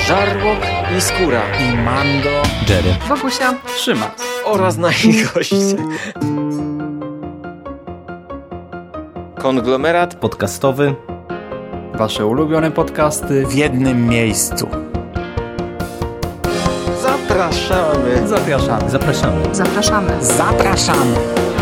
Żarłok i Skóra i Mando, Jerry, Bogusia, Szymas oraz nasi goście. Konglomerat podcastowy. Wasze ulubione podcasty w jednym miejscu. Zapraszamy. Zapraszamy. Zapraszamy. zapraszamy. Zapraszamy.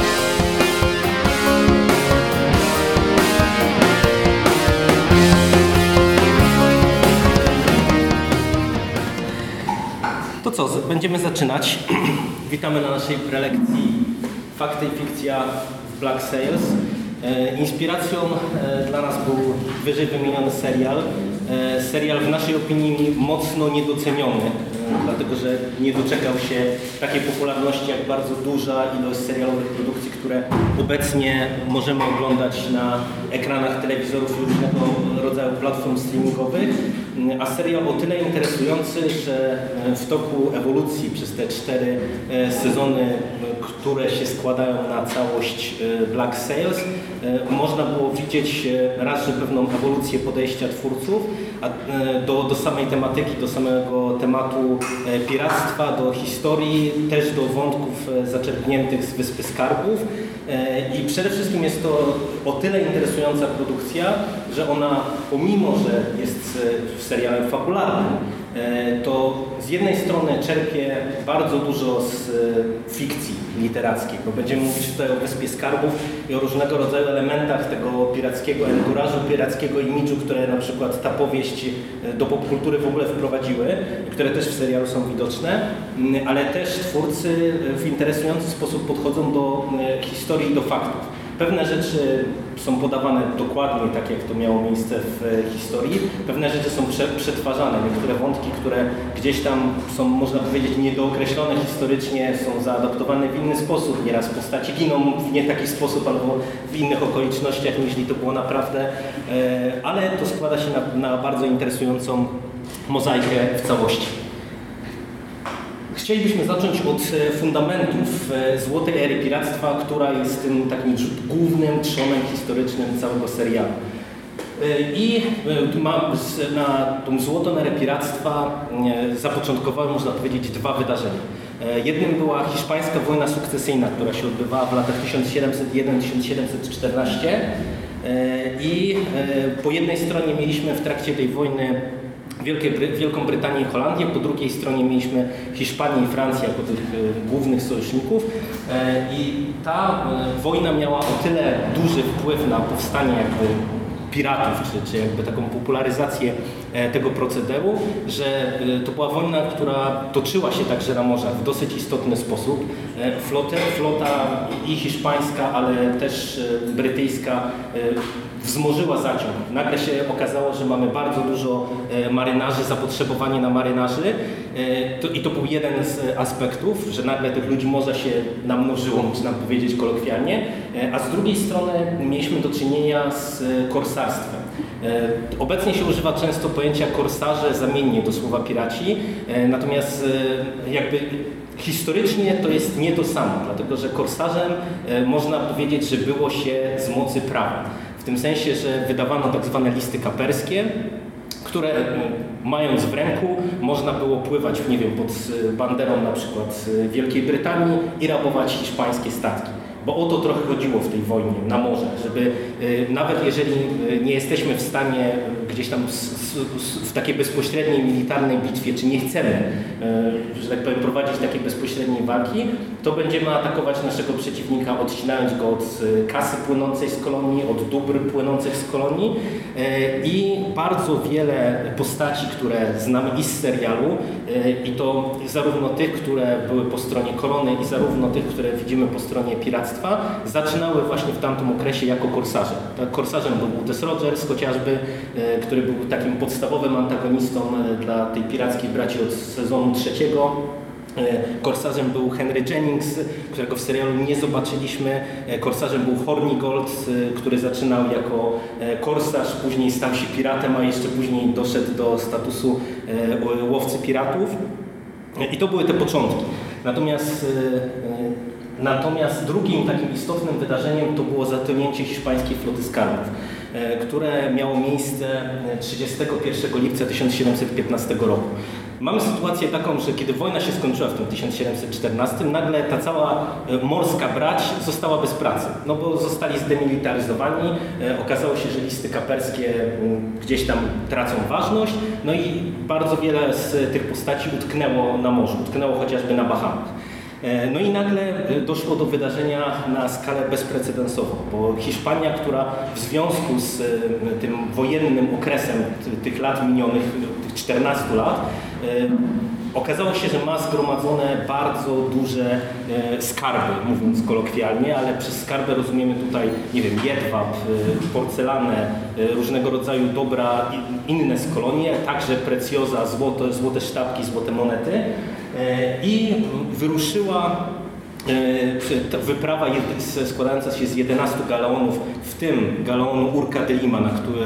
To co, będziemy zaczynać. Witamy na naszej prelekcji Fakty i fikcja w Black Sails. Inspiracją dla nas był wyżej wymieniony serial. Serial w naszej opinii mocno niedoceniony, dlatego że nie doczekał się takiej popularności jak bardzo duża ilość serialowych produkcji, które obecnie możemy oglądać na ekranach telewizorów i różnego rodzaju platform streamingowych. A serial o tyle interesujący, że w toku ewolucji przez te 4 sezony, które się składają na całość Black Sails, można było widzieć raz, że pewną ewolucję podejścia twórców do samej tematyki, do samego tematu piractwa, do historii, też do wątków zaczerpniętych z Wyspy Skarbów. I przede wszystkim jest to o tyle interesująca produkcja, że ona, pomimo że jest serialem fabularnym, to z jednej strony czerpie bardzo dużo z fikcji literackiej, bo będziemy mówić tutaj o Wyspie Skarbów i o różnego rodzaju elementach tego pirackiego enturażu, pirackiego imidżu, które na przykład ta powieść do popkultury w ogóle wprowadziły, które też w serialu są widoczne, ale też twórcy w interesujący sposób podchodzą do historii i do faktów. Pewne rzeczy są podawane dokładnie tak, jak to miało miejsce w historii. Pewne rzeczy są przetwarzane. Niektóre wątki, które gdzieś tam są, można powiedzieć, niedookreślone historycznie, są zaadaptowane w inny sposób. Nieraz postaci giną w nie taki sposób albo w innych okolicznościach, niż to było naprawdę. Ale to składa się na bardzo interesującą mozaikę w całości. Chcielibyśmy zacząć od fundamentów złotej ery piractwa, która jest tym takim głównym trzonem historycznym całego serialu. I na tą złotą erę piractwa zapoczątkowały, można powiedzieć, 2 wydarzenia. Jednym była hiszpańska wojna sukcesyjna, która się odbywała w latach 1701-1714 i po jednej stronie mieliśmy w trakcie tej wojny Wielką Brytanię i Holandię, po drugiej stronie mieliśmy Hiszpanię i Francję jako tych głównych sojuszników i ta wojna miała o tyle duży wpływ na powstanie jakby piratów, czy jakby taką popularyzację tego procederu, że to była wojna, która toczyła się także na morzach w dosyć istotny sposób. Flota i hiszpańska, ale też brytyjska wzmożyła zaciąg. Nagle się okazało, że mamy bardzo dużo marynarzy, zapotrzebowanie na marynarzy i to był jeden z aspektów, że nagle tych ludzi morza się namnożyło, można powiedzieć kolokwialnie, a z drugiej strony mieliśmy do czynienia z korsarstwem. Obecnie się używa często pojęcia korsarze zamiennie do słowa piraci, natomiast jakby historycznie to jest nie to samo, dlatego że korsarzem można powiedzieć, że było się z mocy prawa. W tym sensie, że wydawano tak zwane listy kaperskie, które mając w ręku można było pływać, nie wiem, pod banderą na przykład Wielkiej Brytanii i rabować hiszpańskie statki. Bo o to trochę chodziło w tej wojnie na morzach, żeby nawet jeżeli nie jesteśmy w stanie gdzieś tam w takiej bezpośredniej militarnej bitwie, czy nie chcemy, że tak powiem, prowadzić takiej bezpośredniej walki, to będziemy atakować naszego przeciwnika, odcinając go od kasy płynącej z kolonii, od dóbr płynących z kolonii i bardzo wiele postaci, które znamy i z serialu i to zarówno tych, które były po stronie korony i zarówno tych, które widzimy po stronie piractwa, zaczynały właśnie w tamtym okresie jako korsarze. Korsarzem był Woodes Rogers chociażby, który był takim podstawowym antagonistą dla tej pirackiej braci od sezonu 3. Korsarzem był Henry Jennings, którego w serialu nie zobaczyliśmy. Korsarzem był Hornigold, który zaczynał jako korsarz, później stał się piratem, a jeszcze później doszedł do statusu łowcy piratów. I to były te początki. Natomiast drugim takim istotnym wydarzeniem to było zatonięcie hiszpańskiej floty skarbów. które miało miejsce 31 lipca 1715 roku. Mamy sytuację taką, że kiedy wojna się skończyła w tym 1714, nagle ta cała morska brać została bez pracy, no bo zostali zdemilitaryzowani, okazało się, że listy kaperskie gdzieś tam tracą ważność, no i bardzo wiele z tych postaci utknęło na morzu, utknęło chociażby na Bahamach. No i nagle doszło do wydarzenia na skalę bezprecedensową, bo Hiszpania, która w związku z tym wojennym okresem tych lat minionych, tych 14 lat, okazało się, że ma zgromadzone bardzo duże skarby, mówiąc kolokwialnie, ale przez skarby rozumiemy tutaj, nie wiem, jedwab, porcelanę, różnego rodzaju dobra, inne z kolonii, także precjoza, złote sztabki, złote monety. I wyruszyła wyprawa składająca się z 11 galeonów, w tym galeonu Urca de Lima,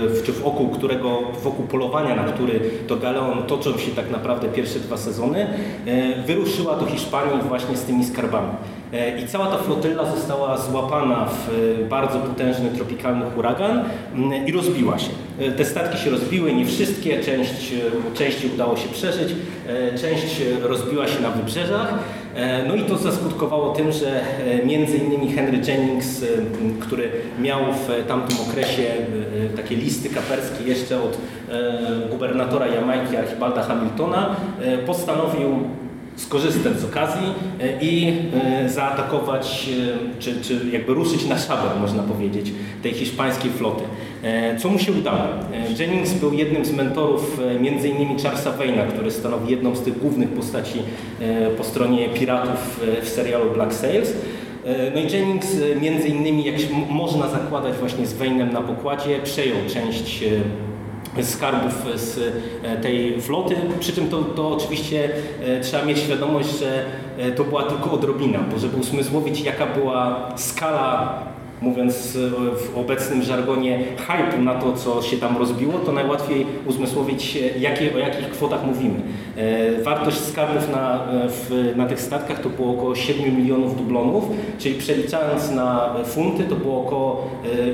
wokół polowania, na który to galeon toczą się tak naprawdę pierwsze 2 sezony, wyruszyła do Hiszpanii właśnie z tymi skarbami. I cała ta flotylla została złapana w bardzo potężny tropikalny huragan i rozbiła się. Te statki się rozbiły, nie wszystkie, części udało się przeżyć, część rozbiła się na wybrzeżach. No i to zaskutkowało tym, że między innymi Henry Jennings, który miał w tamtym okresie takie listy kaperskie jeszcze od gubernatora Jamajki Archibalda Hamiltona, postanowił skorzystać z okazji i zaatakować, czy jakby ruszyć na szaber, można powiedzieć, tej hiszpańskiej floty. Co mu się udało? Jennings był jednym z mentorów między innymi Charlesa Vane'a, który stanowi jedną z tych głównych postaci po stronie piratów w serialu Black Sails. No i Jennings między innymi, jak można zakładać właśnie z Vane'em na pokładzie, przejął część skarbów z tej floty, przy czym to oczywiście trzeba mieć świadomość, że to była tylko odrobina, bo żeby usmysłowić, jaka była skala, mówiąc w obecnym żargonie, hype'u na to, co się tam rozbiło, to najłatwiej uzmysłowić, o jakich kwotach mówimy. Wartość skarbów na tych statkach to było około 7 milionów dublonów, czyli przeliczając na funty to było około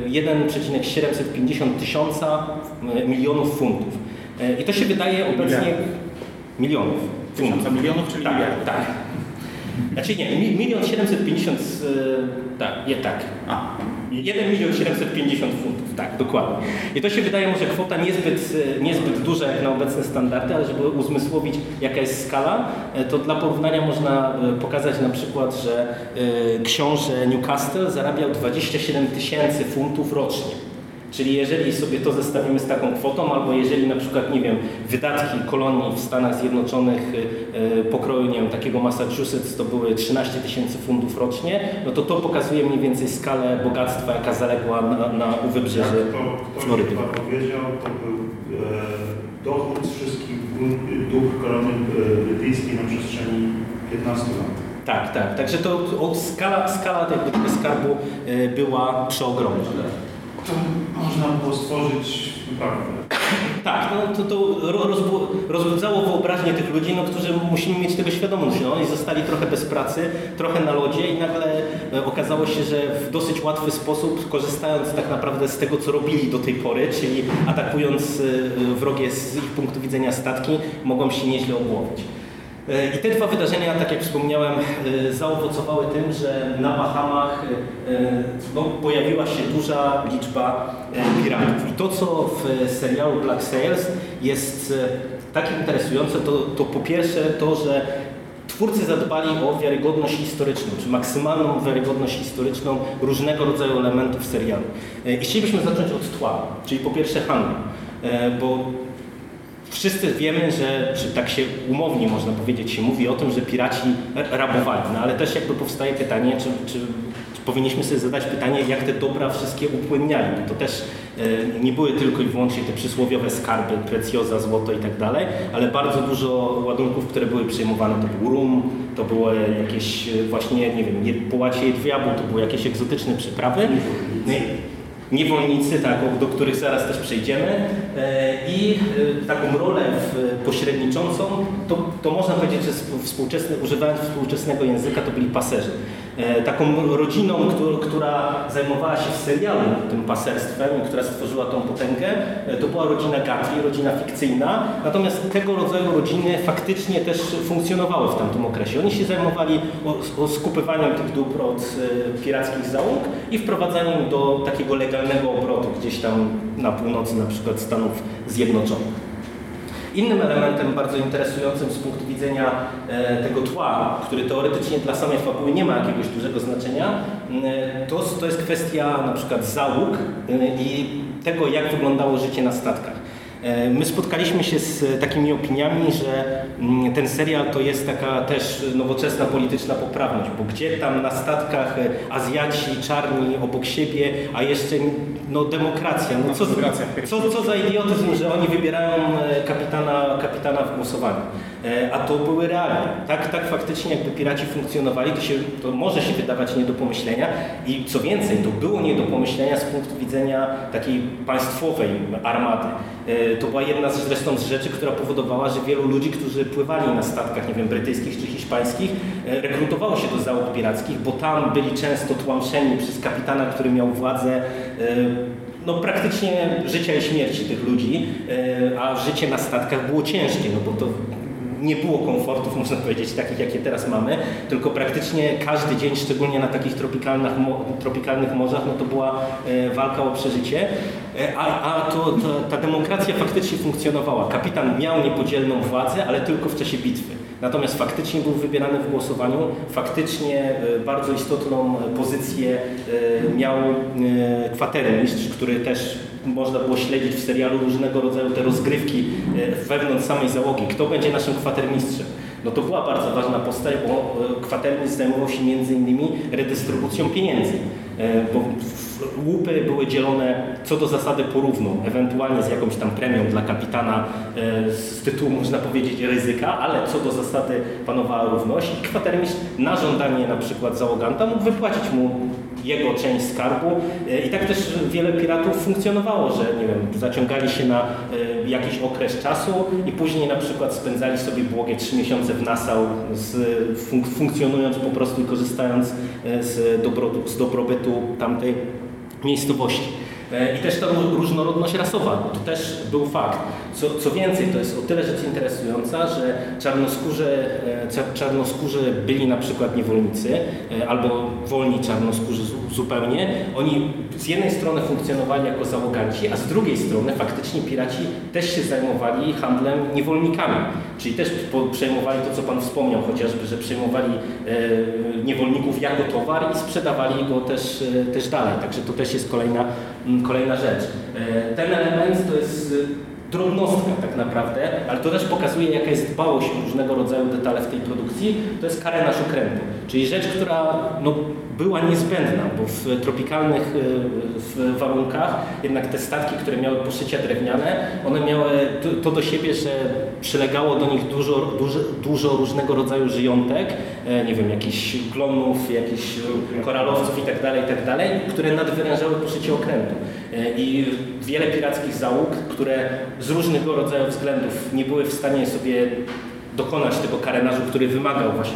1,750 tysiąca milionów funtów. I to się wydaje obecnie... Milionów. Tysiąca milionów, czyli miliardów? Tak. Znaczy nie, 1 750 tak. 1 750 funtów, tak, dokładnie. I to się wydaje może kwota niezbyt duża jak na obecne standardy, ale żeby uzmysłowić, jaka jest skala, to dla porównania można pokazać na przykład, że książę Newcastle zarabiał 27 000 funtów rocznie. Czyli jeżeli sobie to zestawimy z taką kwotą, albo jeżeli na przykład, nie wiem, wydatki kolonii w Stanach Zjednoczonych pokroju, nie wiem, takiego Massachusetts to były 13 000 funtów rocznie, no to pokazuje mniej więcej skalę bogactwa, jaka zaległa u wybrzeży Florydy. Jak to powiedział, to był dochód z wszystkich dóbr kolonii brytyjskiej na przestrzeni 15 lat. Tak. Także skala tego skarbu była przeogromna. To można było stworzyć naprawdę. Tak, no to rozbudzało wyobraźnię tych ludzi, którzy musimy mieć tego świadomość. Oni zostali trochę bez pracy, trochę na lodzie i nagle okazało się, że w dosyć łatwy sposób, korzystając tak naprawdę z tego, co robili do tej pory, czyli atakując wrogie z ich punktu widzenia statki, mogą się nieźle obłowić. I te 2 wydarzenia, tak jak wspomniałem, zaowocowały tym, że na Bahamach pojawiła się duża liczba piratów. I to, co w serialu Black Sails jest tak interesujące, to po pierwsze to, że twórcy zadbali o wiarygodność historyczną, czy maksymalną wiarygodność historyczną różnego rodzaju elementów serialu. I chcielibyśmy zacząć od tła, czyli po pierwsze handlu, bo wszyscy wiemy, czy tak się umownie można powiedzieć, się mówi o tym, że piraci rabowali, ale też jakby powstaje pytanie, czy powinniśmy sobie zadać pytanie, jak te dobra wszystkie upłynniali. To też nie były tylko i wyłącznie te przysłowiowe skarby, precjoza, złoto i tak dalej, ale bardzo dużo ładunków, które były przejmowane, to był rum, to było jakieś właśnie, nie wiem, połacie jedwabiu, to były jakieś egzotyczne przyprawy. Niewolnicy, tak, do których zaraz też przejdziemy, i taką rolę pośredniczącą, to można powiedzieć, że używając współczesnego języka, to byli paserzy. Taką rodziną, która zajmowała się w serialu tym paserstwem i która stworzyła tą potęgę, to była rodzina Guthrie, rodzina fikcyjna. Natomiast tego rodzaju rodziny faktycznie też funkcjonowały w tamtym okresie. Oni się zajmowali skupywaniem tych dóbr od pirackich załóg i wprowadzaniem do takiego legalnego obrotu gdzieś tam na północy na przykład Stanów Zjednoczonych. Innym elementem bardzo interesującym z punktu widzenia tego tła, który teoretycznie dla samej fabuły nie ma jakiegoś dużego znaczenia, to jest kwestia na przykład załóg i tego, jak wyglądało życie na statkach. My spotkaliśmy się z takimi opiniami, że ten serial to jest taka też nowoczesna polityczna poprawność, bo gdzie tam na statkach Azjaci, czarni obok siebie, a jeszcze demokracja. Co za idiotyzm, że oni wybierają kapitana w głosowaniu. A to były realia. Tak faktycznie jakby piraci funkcjonowali, to może się wydawać nie do pomyślenia i co więcej, to było nie do pomyślenia z punktu widzenia takiej państwowej armady. To była jedna zresztą z rzeczy, która powodowała, że wielu ludzi, którzy pływali na statkach, nie wiem, brytyjskich czy hiszpańskich, rekrutowało się do załóg pirackich, bo tam byli często tłamszeni przez kapitana, który miał władzę praktycznie życia i śmierci tych ludzi, a życie na statkach było ciężkie, bo to nie było komfortów, można powiedzieć, takich, jakie teraz mamy, tylko praktycznie każdy dzień, szczególnie na takich tropikalnych morzach, to była walka o przeżycie, a ta demokracja faktycznie funkcjonowała. Kapitan miał niepodzielną władzę, ale tylko w czasie bitwy. Natomiast faktycznie był wybierany w głosowaniu, faktycznie bardzo istotną pozycję miał kwatermistrz, który też można było śledzić w serialu różnego rodzaju te rozgrywki wewnątrz samej załogi. Kto będzie naszym kwatermistrzem? To była bardzo ważna postać, bo kwatermistrz zajmował się m.in. redystrybucją pieniędzy, bo łupy były dzielone co do zasady porówno, ewentualnie z jakąś tam premią dla kapitana z tytułu, można powiedzieć, ryzyka, ale co do zasady panowała równość i kwatermistrz na żądanie na przykład załoganta mógł wypłacić mu jego część skarbu i tak też wiele piratów funkcjonowało, że nie wiem, zaciągali się na jakiś okres czasu i później na przykład spędzali sobie błogie 3 miesiące w Nassau, funkcjonując po prostu i korzystając z dobrobytu tamtej miejscowości. I też ta różnorodność rasowa, to też był fakt. Co więcej, to jest o tyle rzecz interesująca, że czarnoskórzy byli na przykład niewolnicy, albo wolni czarnoskórzy zupełnie. Oni z jednej strony funkcjonowali jako załoganci, a z drugiej strony faktycznie piraci też się zajmowali handlem niewolnikami. Czyli też przejmowali to, co Pan wspomniał, chociażby, że przejmowali niewolników jako towar i sprzedawali go też dalej. Także to też jest kolejna rzecz. Ten element to jest drobnostka tak naprawdę, ale to też pokazuje, jaka jest dbałość o różnego rodzaju detale w tej produkcji. To jest karenaż okrętu, czyli rzecz, która była niezbędna, bo w tropikalnych warunkach jednak te statki, które miały poszycia drewniane, one miały to do siebie, że przylegało do nich dużo różnego rodzaju żyjątek, nie wiem, jakichś glonów, jakichś koralowców i tak dalej, które nadwyrężały poszycie okrętu. I wiele pirackich załóg, które z różnego rodzaju względów nie były w stanie sobie dokonać tego karenażu, który wymagał właśnie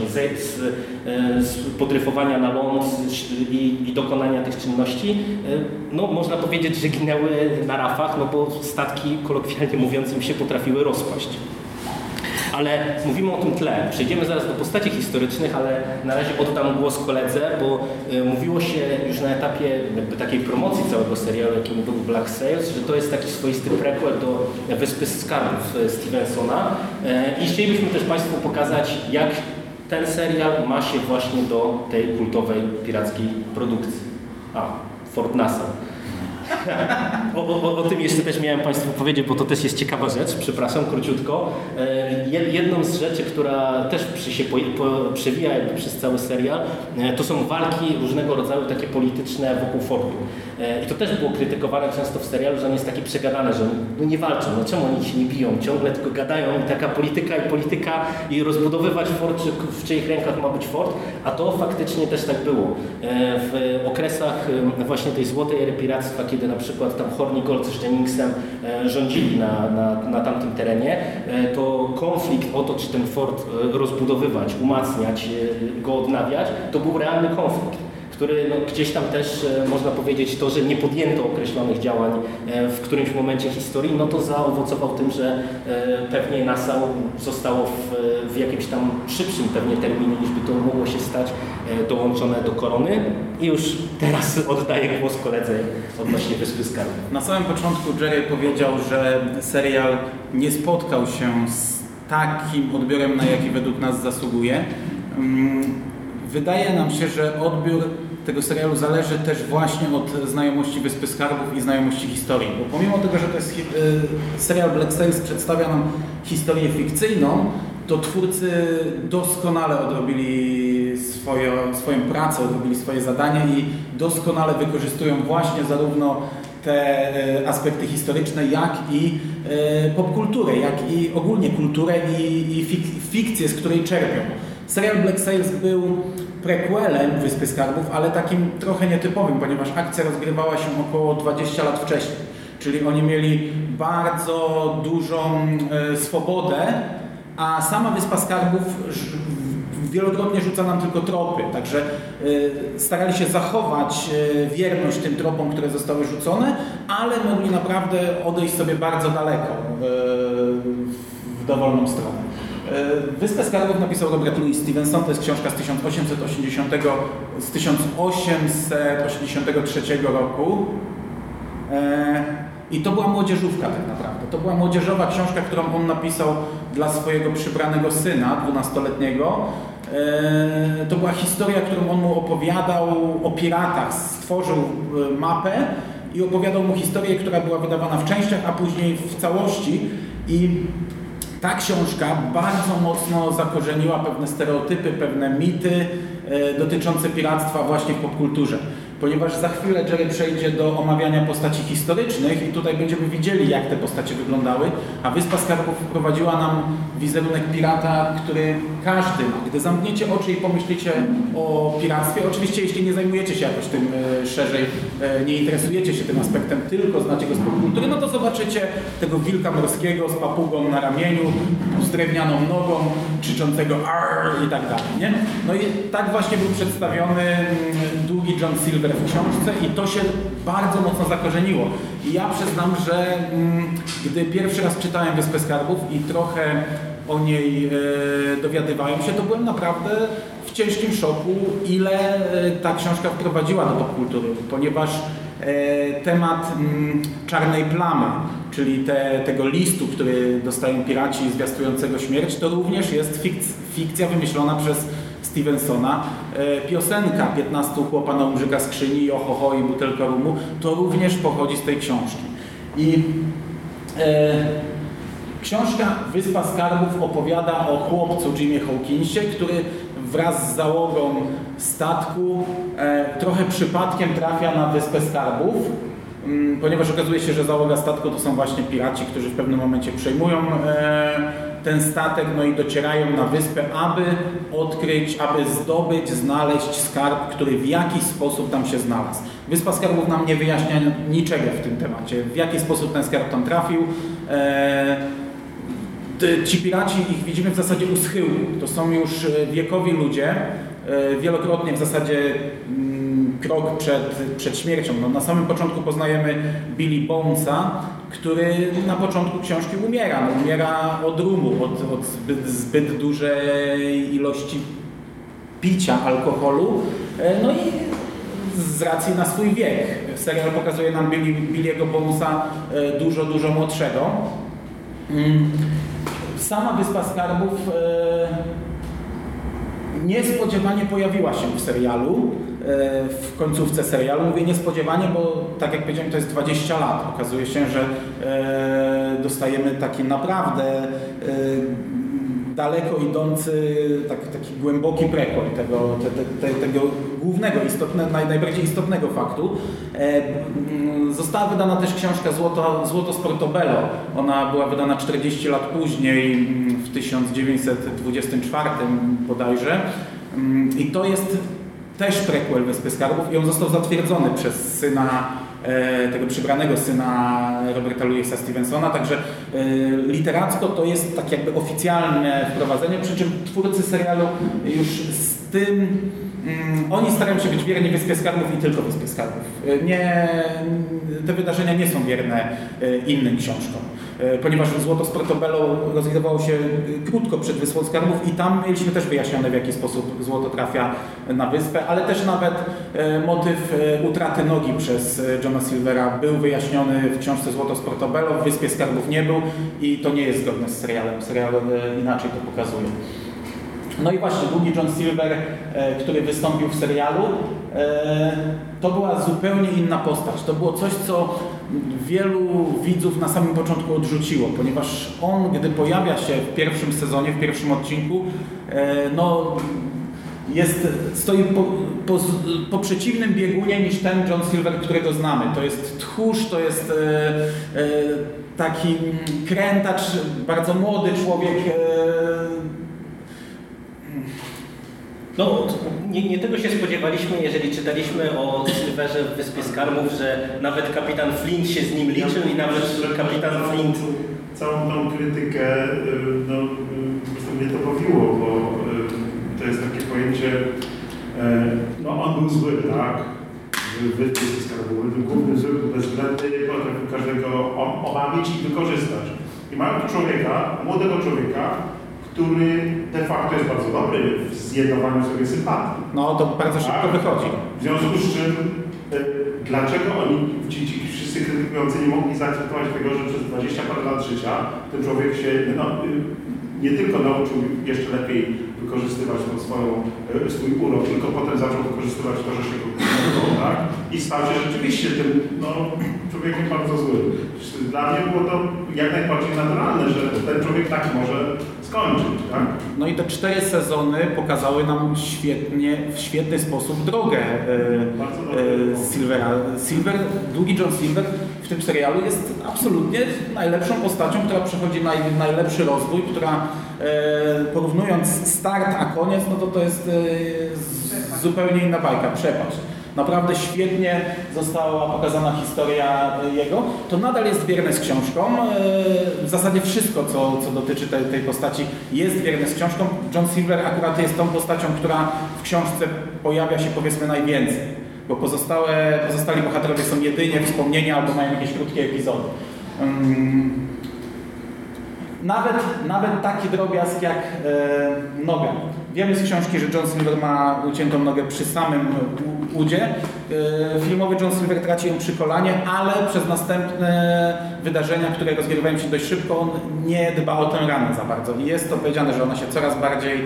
z podryfowania na ląd i dokonania tych czynności, można powiedzieć, że ginęły na rafach, bo statki, kolokwialnie mówiąc, im się potrafiły rozpaść. Ale mówimy o tym tle. Przejdziemy zaraz do postaci historycznych, ale na razie oddam głos koledze, bo mówiło się już na etapie takiej promocji całego serialu, jakim był Black Sails, że to jest taki swoisty prequel do Wyspy Skarbów Stevensona. I chcielibyśmy też Państwu pokazać, jak ten serial ma się właśnie do tej kultowej pirackiej produkcji. Fort Nassau. O tym jeszcze też miałem Państwu powiedzieć, bo to też jest ciekawa rzecz, przepraszam, króciutko. Jedną z rzeczy, która też się przewija przez cały serial, to są walki różnego rodzaju takie polityczne wokół fortu. I to też było krytykowane często w serialu, że on jest taki przegadany, że oni nie walczą, czemu oni się nie biją, ciągle tylko gadają i taka polityka i rozbudowywać fort, czy w czyich rękach ma być fort, a to faktycznie też tak było. W okresach właśnie tej złotej ery piractwa, kiedy na przykład tam Hornigold z Jenningsem rządzili na tamtym terenie, to konflikt o to, czy ten fort rozbudowywać, umacniać, go odnawiać, to był realny konflikt, który gdzieś tam też można powiedzieć to, że nie podjęto określonych działań w którymś momencie historii, no to zaowocował tym, że pewnie Nassau zostało w jakimś tam szybszym pewnie terminie, niż by to mogło się stać, dołączone do korony. I już teraz oddaję głos koledze odnośnie Wyspy Skarbów. Na samym początku Jerry powiedział, że serial nie spotkał się z takim odbiorem, na jaki według nas zasługuje. Wydaje nam się, że odbiór tego serialu zależy też właśnie od znajomości Wyspy Skarbów i znajomości historii. Bo pomimo tego, że to jest serial Black Sails przedstawia nam historię fikcyjną, to twórcy doskonale odrobili swoją pracę, odrobili swoje zadanie i doskonale wykorzystują właśnie zarówno te aspekty historyczne, jak i popkulturę, jak i ogólnie kulturę i fikcję, z której czerpią. Serial Black Sails był prequelem Wyspy Skarbów, ale takim trochę nietypowym, ponieważ akcja rozgrywała się około 20 lat wcześniej. Czyli oni mieli bardzo dużą swobodę, a sama Wyspa Skarbów wielokrotnie rzuca nam tylko tropy, także starali się zachować wierność tym tropom, które zostały rzucone, ale mogli naprawdę odejść sobie bardzo daleko w dowolną stronę. Wyspę Skarbów napisał Robert Louis Stevenson, to jest książka z 1883 roku i to była młodzieżówka tak naprawdę. To była młodzieżowa książka, którą on napisał dla swojego przybranego syna, 12-letniego. To była historia, którą on mu opowiadał o piratach. Stworzył mapę i opowiadał mu historię, która była wydawana w częściach, a później w całości. I ta książka bardzo mocno zakorzeniła pewne stereotypy, pewne mity dotyczące piractwa właśnie w popkulturze. Ponieważ za chwilę Jerry przejdzie do omawiania postaci historycznych i tutaj będziemy widzieli, jak te postacie wyglądały, a Wyspa Skarbów wprowadziła nam wizerunek pirata, który każdy ma. Gdy zamkniecie oczy i pomyślicie o piractwie, oczywiście jeśli nie zajmujecie się jakoś tym szerzej, nie interesujecie się tym aspektem, tylko znacie go z popkultury, no to zobaczycie tego wilka morskiego z papugą na ramieniu, z drewnianą nogą, krzyczącego arr i tak dalej, nie? No i tak właśnie był przedstawiony długi John Silver w książce i to się bardzo mocno zakorzeniło. I ja przyznam, że gdy pierwszy raz czytałem Wyspę Skarbów i trochę o niej dowiadywałem się, to byłem naprawdę w ciężkim szoku, ile ta książka wprowadziła do popkultury, ponieważ temat czarnej plamy, czyli tego listu, który dostają piraci zwiastującego śmierć, to również jest fikcja wymyślona przez Stevensona. Piosenka 15 chłopa na umrzyka skrzyni, ohoho i butelka rumu, to również pochodzi z tej książki. I książka Wyspa Skarbów opowiada o chłopcu Jimie Hawkinsie, który wraz z załogą statku trochę przypadkiem trafia na Wyspę Skarbów, ponieważ okazuje się, że załoga statku to są właśnie piraci, którzy w pewnym momencie przejmują ten statek, no i docierają na wyspę, aby odkryć, aby zdobyć, znaleźć skarb, który w jakiś sposób tam się znalazł. Wyspa Skarbów nam nie wyjaśnia niczego w tym temacie, w jaki sposób ten skarb tam trafił. Ci piraci, ich widzimy w zasadzie u schyłku. To są już wiekowi ludzie, wielokrotnie w zasadzie krok przed śmiercią. No, na samym początku poznajemy Billy Bonesa, który na początku książki umiera. No, umiera od rumu, od zbyt dużej ilości picia alkoholu. No i z racji na swój wiek. Serial pokazuje nam Billy'ego Bonesa dużo młodszego. Sama Wyspa Skarbów niespodziewanie pojawiła się w serialu, w końcówce serialu. Mówię niespodziewanie, bo tak jak powiedziałem, to jest 20 lat. Okazuje się, że dostajemy taki naprawdę daleko idący, taki głęboki prequel tego głównego, najbardziej istotnego faktu. Została wydana też książka Złoto z Portobello. Ona była wydana 40 lat później, w 1924 bodajże. I to jest też prequel Wyspy Skarbów i on został zatwierdzony przez syna tego przybranego syna Roberta Louisa Stevensona, także literacko to jest tak jakby oficjalne wprowadzenie, przy czym twórcy serialu już z tym oni starają się być wierni Wyspie Skarbów i tylko Wyspie Skarbów. Te wydarzenia nie są wierne innym książkom, ponieważ Złoto z Portobello rozgrywało się krótko przed Wyspą Skarbów i tam mieliśmy też wyjaśnione, w jaki sposób złoto trafia na wyspę, ale też nawet motyw utraty nogi przez Johna Silvera był wyjaśniony w książce Złoto z Portobello, w Wyspie Skarbów nie był i to nie jest zgodne z serialem. Serial inaczej to pokazuje. No i właśnie drugi John Silver, który wystąpił w serialu, to była zupełnie inna postać. To było coś, co wielu widzów na samym początku odrzuciło, ponieważ on, gdy pojawia się w pierwszym sezonie, w pierwszym odcinku, no stoi po przeciwnym biegunie niż ten John Silver, którego znamy. To jest tchórz, to jest taki krętacz, bardzo młody człowiek. No, nie tego się spodziewaliśmy, jeżeli czytaliśmy o Silverze w Wyspie Skarbów, że nawet kapitan Flint się z nim liczył i nawet kapitan Flint... Całą tą krytykę, no, po prostu mnie to bawiło, bo to jest takie pojęcie, no on był zły, tak? W Wyspie Skarbów, był główny zły, bezwzględny, potrafił każdego omamić i wykorzystać. I mamy tu człowieka, młodego człowieka, który de facto jest bardzo dobry w zjednawaniu sobie sympatii. No to bardzo szybko wychodzi. W związku z czym, dlaczego oni, ci wszyscy krytykujący, nie mogli zaakceptować tego, że przez 20 parę lat życia ten człowiek się nie tylko nauczył jeszcze lepiej wykorzystywać tą swój urok, tylko potem zaczął wykorzystywać to, że się go kupował, tak? I stał się rzeczywiście tym człowiekiem bardzo złym. Dla mnie było to jak najbardziej naturalne, że ten człowiek taki może skończyć, tak? No i te 4 sezony pokazały nam w świetny sposób drogę Silvera. Drugi John Silver w tym serialu jest absolutnie najlepszą postacią, która przechodzi najlepszy rozwój, która porównując start a koniec, no to jest zupełnie inna bajka, przepaść. Naprawdę świetnie została pokazana historia jego. To nadal jest wierne z książką. W zasadzie wszystko, co dotyczy tej postaci, jest wierne z książką. John Silver akurat jest tą postacią, która w książce pojawia się powiedzmy najwięcej, bo pozostali bohaterowie są jedynie wspomnienia albo mają jakieś krótkie epizody. Nawet taki drobiazg jak noga. Wiemy z książki, że John Silver ma uciętą nogę przy samym udzie. Filmowy John Silver traci ją przy kolanie, ale przez następne wydarzenia, które rozgrywają się dość szybko, on nie dba o tę ranę za bardzo. I jest to powiedziane, że ona się coraz bardziej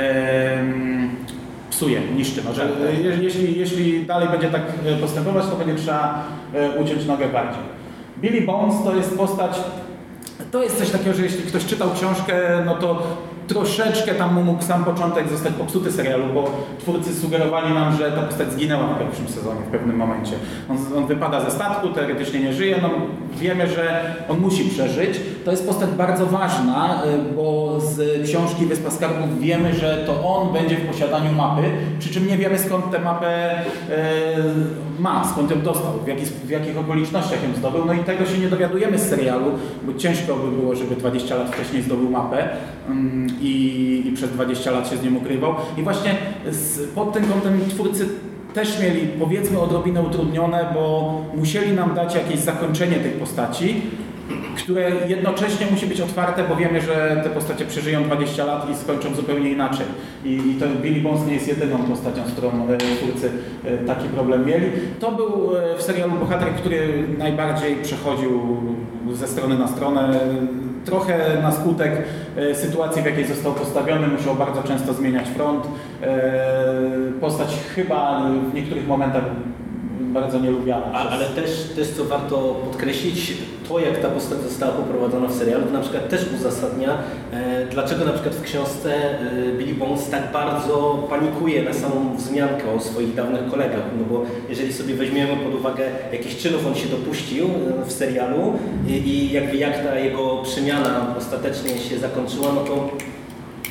psuje, niszczy. No, że jeśli dalej będzie tak postępować, to będzie trzeba uciąć nogę bardziej. Billy Bones to jest postać. To jest coś takiego, że jeśli ktoś czytał książkę, no to troszeczkę tam mógł sam początek zostać popsuty serialu, bo twórcy sugerowali nam, że ta postać zginęła w pierwszym sezonie, w pewnym momencie. On wypada ze statku, teoretycznie nie żyje, no wiemy, że on musi przeżyć. To jest postać bardzo ważna, bo z książki Wyspa Skarbów wiemy, że to on będzie w posiadaniu mapy, przy czym nie wiemy skąd tę mapę ma, skąd ją dostał, w jakich okolicznościach ją zdobył. No i tego się nie dowiadujemy z serialu, bo ciężko by było, żeby 20 lat wcześniej zdobył mapę i przez 20 lat się z nią ukrywał. I właśnie pod tym kątem twórcy też mieli, powiedzmy, odrobinę utrudnione, bo musieli nam dać jakieś zakończenie tej postaci, które jednocześnie musi być otwarte, bo wiemy, że te postacie przeżyją 20 lat i skończą zupełnie inaczej. I to Billy Bones nie jest jedyną postacią, z którą twórcy taki problem mieli. To był w serialu bohater, który najbardziej przechodził ze strony na stronę. Trochę na skutek sytuacji, w jakiej został postawiony, musiał bardzo często zmieniać front. Postać chyba w niektórych momentach bardzo nielubiana. Ale też co warto podkreślić, to jak ta postać została poprowadzona w serialu, to na przykład też uzasadnia, dlaczego na przykład w książce Billy Bones tak bardzo panikuje na samą wzmiankę o swoich dawnych kolegach, no bo jeżeli sobie weźmiemy pod uwagę, jakich czynów on się dopuścił w serialu i jak ta jego przemiana ostatecznie się zakończyła, no to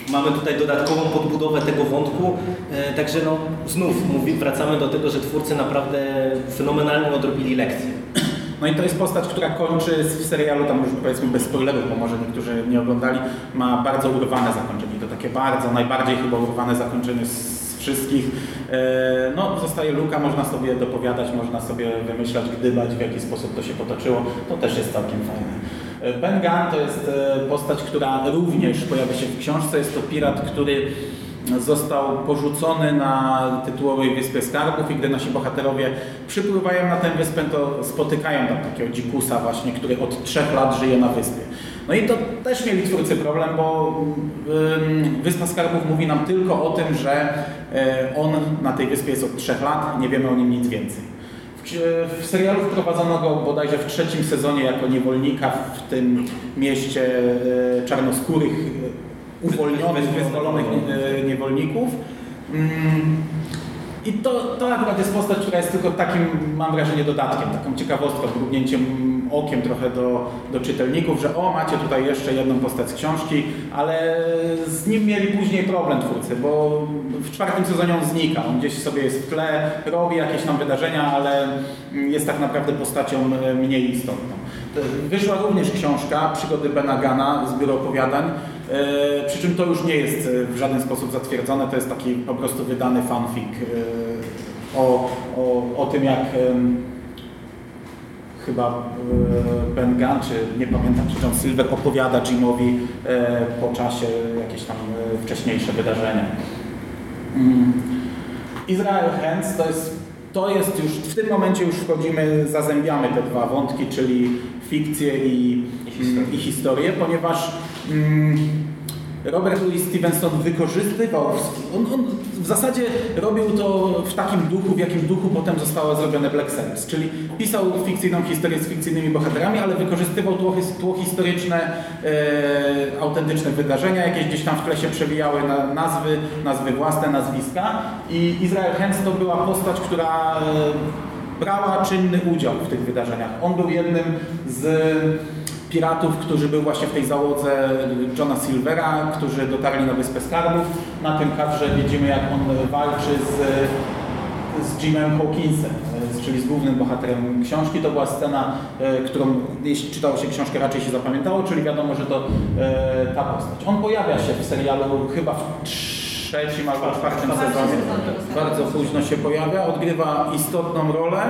mamy tutaj dodatkową podbudowę tego wątku, także no znów wracamy do tego, że twórcy naprawdę fenomenalnie odrobili lekcję. No i to jest postać, która kończy w serialu, tam już powiedzmy bez spoilerów, bo może niektórzy nie oglądali, ma bardzo urwane zakończenie. To takie najbardziej chyba urwane zakończenie z wszystkich. No, zostaje Luka, można sobie dopowiadać, można sobie wymyślać, gdybać, w jaki sposób to się potoczyło. To też jest całkiem fajne. Ben Gunn to jest postać, która również pojawia się w książce. Jest to pirat, który został porzucony na tytułowej Wyspie Skarbów i gdy nasi bohaterowie przypływają na tę wyspę, to spotykają tam takiego dzikusa właśnie, który od 3 lat żyje na wyspie. No i to też mieli twórcy problem, bo Wyspa Skarbów mówi nam tylko o tym, że on na tej wyspie jest od 3 lat, nie wiemy o nim nic więcej. W serialu wprowadzono go bodajże w 3. sezonie jako niewolnika w tym mieście czarnoskórych, uwolnionych, wyzwolonych niewolników. I to akurat jest postać, która jest tylko takim, mam wrażenie, dodatkiem, taką ciekawostką, mrugnięciem okiem trochę do czytelników, że macie tutaj jeszcze jedną postać z książki, ale z nim mieli później problem twórcy, bo w 4. sezonie on znika, on gdzieś sobie jest w tle, robi jakieś tam wydarzenia, ale jest tak naprawdę postacią mniej istotną. Wyszła również książka Przygody Bena Gunna, zbiór opowiadań, przy czym to już nie jest w żaden sposób zatwierdzone, to jest taki po prostu wydany fanfic o tym, jak chyba Ben Gunn, czy nie pamiętam, czy John Silver opowiada Jimowi po czasie jakieś tam wcześniejsze wydarzenia. Israel Hands to jest już, w tym momencie już wchodzimy, zazębiamy te dwa wątki, czyli fikcję i historię, ponieważ Robert Louis Stevenson wykorzystywał, on w zasadzie robił to w takim duchu, w jakim duchu potem zostało zrobione Black Series, czyli pisał fikcyjną historię z fikcyjnymi bohaterami, ale wykorzystywał tło historyczne, autentyczne wydarzenia, jakieś gdzieś tam w tle się przewijały nazwy własne, nazwiska i Israel Hands to była postać, która brała czynny udział w tych wydarzeniach. On był jednym z piratów, którzy był właśnie w tej załodze Johna Silvera, którzy dotarli na Wyspę Skarbów. Na tym kadrze widzimy, jak on walczy z Jimem Hawkinsem, czyli z głównym bohaterem książki. To była scena, którą jeśli czytało się książkę, raczej się zapamiętało, czyli wiadomo, że to ta postać. On pojawia się w serialu chyba w 3. albo 4. sezonie. Bardzo późno się pojawia, odgrywa istotną rolę.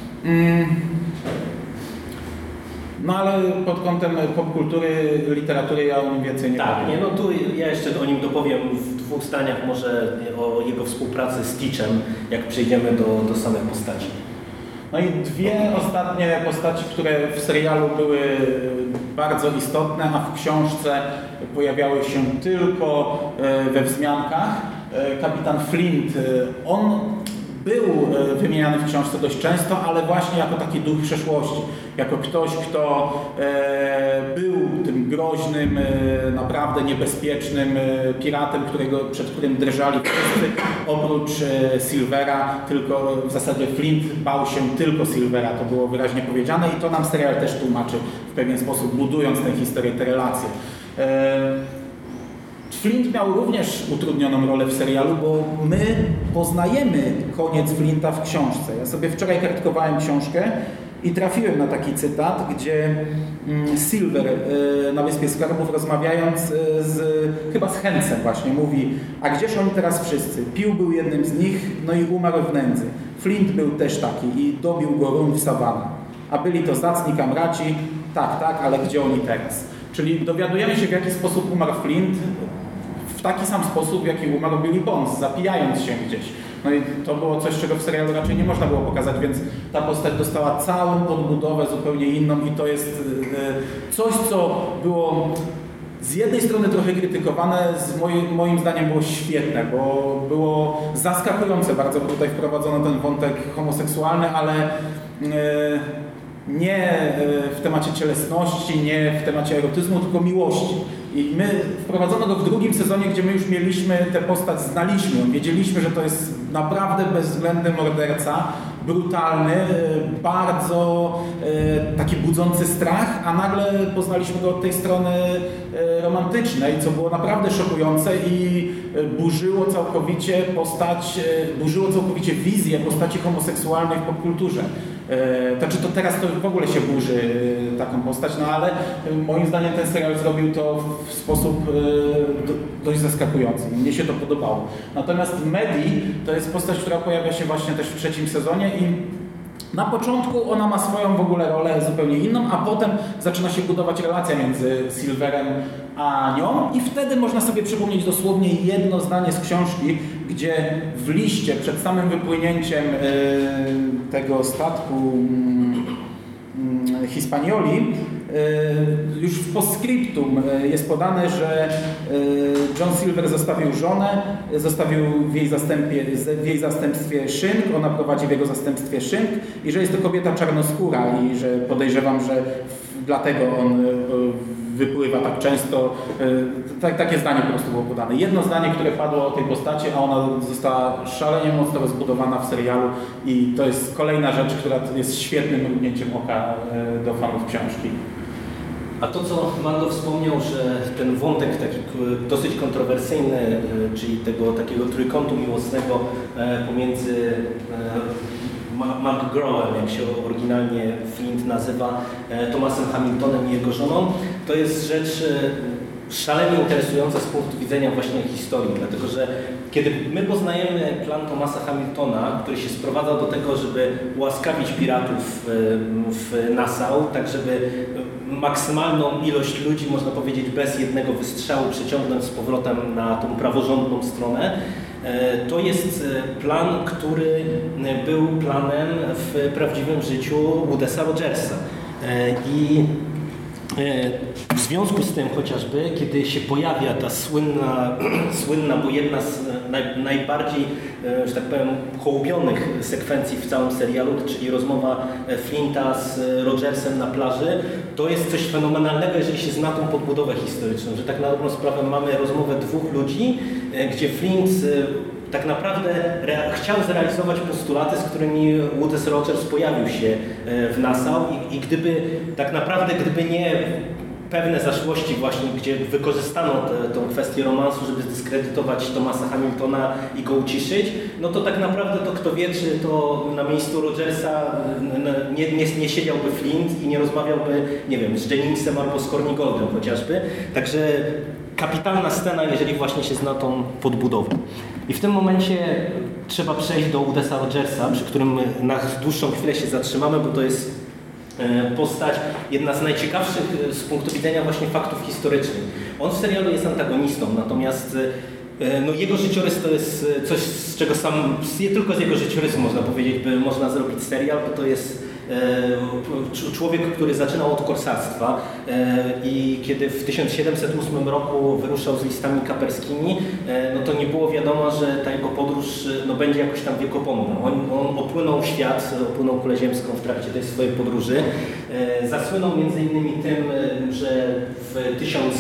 No ale pod kątem popkultury, literatury ja o nim więcej nie powiem. Tak, no tu ja jeszcze o nim dopowiem w 2 zdaniach może o jego współpracy z Teachem, jak przejdziemy do samej postaci. No i 2 ostatnie postaci, które w serialu były bardzo istotne, a w książce pojawiały się tylko we wzmiankach. Kapitan Flint, on był wymieniany w książce dość często, ale właśnie jako taki duch przeszłości. Jako ktoś, kto był tym groźnym, naprawdę niebezpiecznym piratem, przed którym drżali wszyscy, oprócz Silvera, tylko w zasadzie Flint bał się tylko Silvera, to było wyraźnie powiedziane i to nam serial też tłumaczy w pewien sposób, budując tę historię, te relacje. Flint miał również utrudnioną rolę w serialu, bo my poznajemy koniec Flinta w książce. Ja sobie wczoraj kartkowałem książkę i trafiłem na taki cytat, gdzie Silver na Wyspie Skarbów, rozmawiając chyba z Hansem właśnie, mówi: a gdzież oni teraz wszyscy? Pił był jednym z nich, no i umarł w nędzy. Flint był też taki i dobił go run w sawanna. A byli to zacni kamraci, tak, ale gdzie oni teraz? Czyli dowiadujemy się, w jaki sposób umarł Flint, w taki sam sposób, w jaki umarł Billy Bones, zapijając się gdzieś. No i to było coś, czego w serialu raczej nie można było pokazać, więc ta postać dostała całą podbudowę zupełnie inną i to jest coś, co było z jednej strony trochę krytykowane, moim zdaniem było świetne, bo było zaskakujące bardzo, bo tutaj wprowadzono ten wątek homoseksualny, ale nie w temacie cielesności, nie w temacie erotyzmu, tylko miłości. I my wprowadzono go w 2. sezonie, gdzie my już mieliśmy tę postać, znaliśmy ją, wiedzieliśmy, że to jest naprawdę bezwzględny morderca, brutalny, bardzo taki budzący strach, a nagle poznaliśmy go od tej strony romantycznej, co było naprawdę szokujące i burzyło całkowicie wizję postaci homoseksualnej w popkulturze. Znaczy to teraz to w ogóle się burzy taką postać, no ale moim zdaniem ten serial zrobił to w sposób dość zaskakujący. Mnie się to podobało. Natomiast Maddie to jest postać, która pojawia się właśnie też w 3. sezonie i na początku ona ma swoją w ogóle rolę zupełnie inną, a potem zaczyna się budować relacja między Silverem a nią i wtedy można sobie przypomnieć dosłownie jedno zdanie z książki, gdzie w liście przed samym wypłynięciem tego statku Hispanioli już w postscriptum jest podane, że John Silver zostawił żonę, zostawił w jej zastępstwie szynk, ona prowadzi w jego zastępstwie szynk i że jest to kobieta czarnoskóra i że podejrzewam, że dlatego on wypływa tak często. Takie zdanie po prostu było podane. Jedno zdanie, które padło o tej postaci, a ona została szalenie mocno rozbudowana w serialu i to jest kolejna rzecz, która jest świetnym mrugnięciem oka do fanów książki. A to, co Mando wspomniał, że ten wątek taki dosyć kontrowersyjny, czyli tego takiego trójkątu miłosnego pomiędzy McGrawem, jak się oryginalnie Flint nazywa, Thomasem Hamiltonem i jego żoną, to jest rzecz szalenie interesująca z punktu widzenia właśnie historii, dlatego że kiedy my poznajemy plan Thomasa Hamiltona, który się sprowadza do tego, żeby ułaskawić piratów w Nassau, tak żeby maksymalną ilość ludzi, można powiedzieć, bez jednego wystrzału przeciągnąć z powrotem na tą praworządną stronę, to jest plan, który był planem w prawdziwym życiu Woodesa Rogersa. I w związku z tym chociażby, kiedy się pojawia ta słynna, bo jedna z najbardziej, że tak powiem, hołubionych sekwencji w całym serialu, czyli rozmowa Flinta z Rogersem na plaży, to jest coś fenomenalnego, jeżeli się zna tą podbudowę historyczną, że tak na dobrą sprawę mamy rozmowę dwóch ludzi, gdzie Flint tak naprawdę chciał zrealizować postulaty, z którymi Woodus Rogers pojawił się w Nassau i gdyby tak naprawdę, gdyby nie pewne zaszłości właśnie, gdzie wykorzystano tą kwestię romansu, żeby zdyskredytować Thomasa Hamiltona i go uciszyć, no to tak naprawdę to kto wie, czy to na miejscu Rogersa nie siedziałby Flint i nie rozmawiałby, nie wiem, z Jenningsem albo z Kornigoldem chociażby. Także kapitalna scena, jeżeli właśnie się zna tą podbudowę. I w tym momencie trzeba przejść do Woodesa Rogersa, przy którym na dłuższą chwilę się zatrzymamy, bo to jest postać jedna z najciekawszych z punktu widzenia właśnie faktów historycznych. On w serialu jest antagonistą, natomiast no, jego życiorys to jest coś, z czego tylko z jego życiorysu można powiedzieć, by można zrobić serial, bo to jest człowiek, który zaczynał od korsarstwa i kiedy w 1708 roku wyruszał z listami kaperskimi, no to nie było wiadomo, że ta jego podróż no, będzie jakoś tam wiekopomna. On opłynął świat, opłynął kulę ziemską w trakcie tej swojej podróży. Zasłynął między innymi tym, że w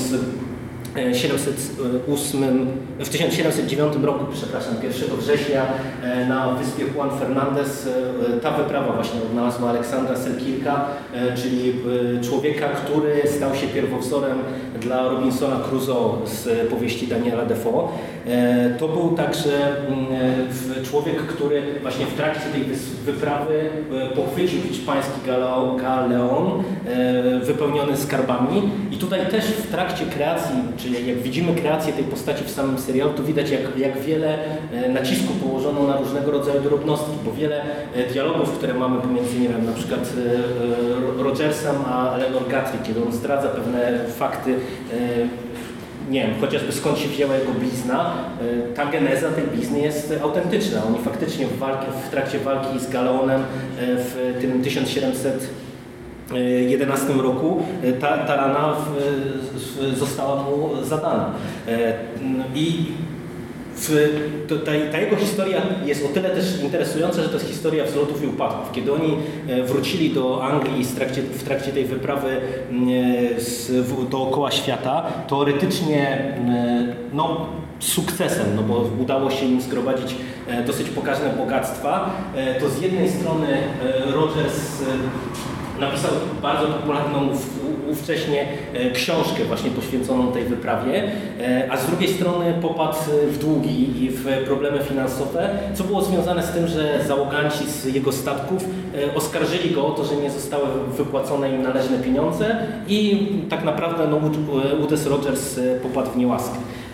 1709 roku, 1 września na wyspie Juan Fernandez ta wyprawa właśnie odnalazła Aleksandra Selkirka, czyli człowieka, który stał się pierwowzorem dla Robinsona Crusoe z powieści Daniela Defoe. To był także człowiek, który właśnie w trakcie tej wyprawy pochwycił hiszpański galeon wypełniony skarbami i tutaj też w trakcie kreacji, czyli jak widzimy kreację tej postaci w samym serialu, to widać jak wiele nacisku położono na różnego rodzaju drobnostki, bo wiele dialogów, które mamy pomiędzy, nie wiem, na przykład Rogersem a Eleanor Guthrie, kiedy on zdradza pewne fakty, nie wiem, chociażby skąd się wzięła jego blizna, ta geneza tej blizny jest autentyczna. Oni faktycznie w trakcie walki z Galeonem w tym 1711 roku ta rana została mu zadana. I Ta jego historia jest o tyle też interesująca, że to jest historia wzlotów i upadków. Kiedy oni wrócili do Anglii w trakcie tej wyprawy dookoła świata, teoretycznie z sukcesem, bo udało się im zgromadzić dosyć pokaźne bogactwa, to z jednej strony Rogers napisał bardzo popularną ówcześnie książkę właśnie poświęconą tej wyprawie, a z drugiej strony popadł w długi i w problemy finansowe, co było związane z tym, że załoganci z jego statków oskarżyli go o to, że nie zostały wypłacone im należne pieniądze i tak naprawdę Woodes Rogers popadł w niełaskę.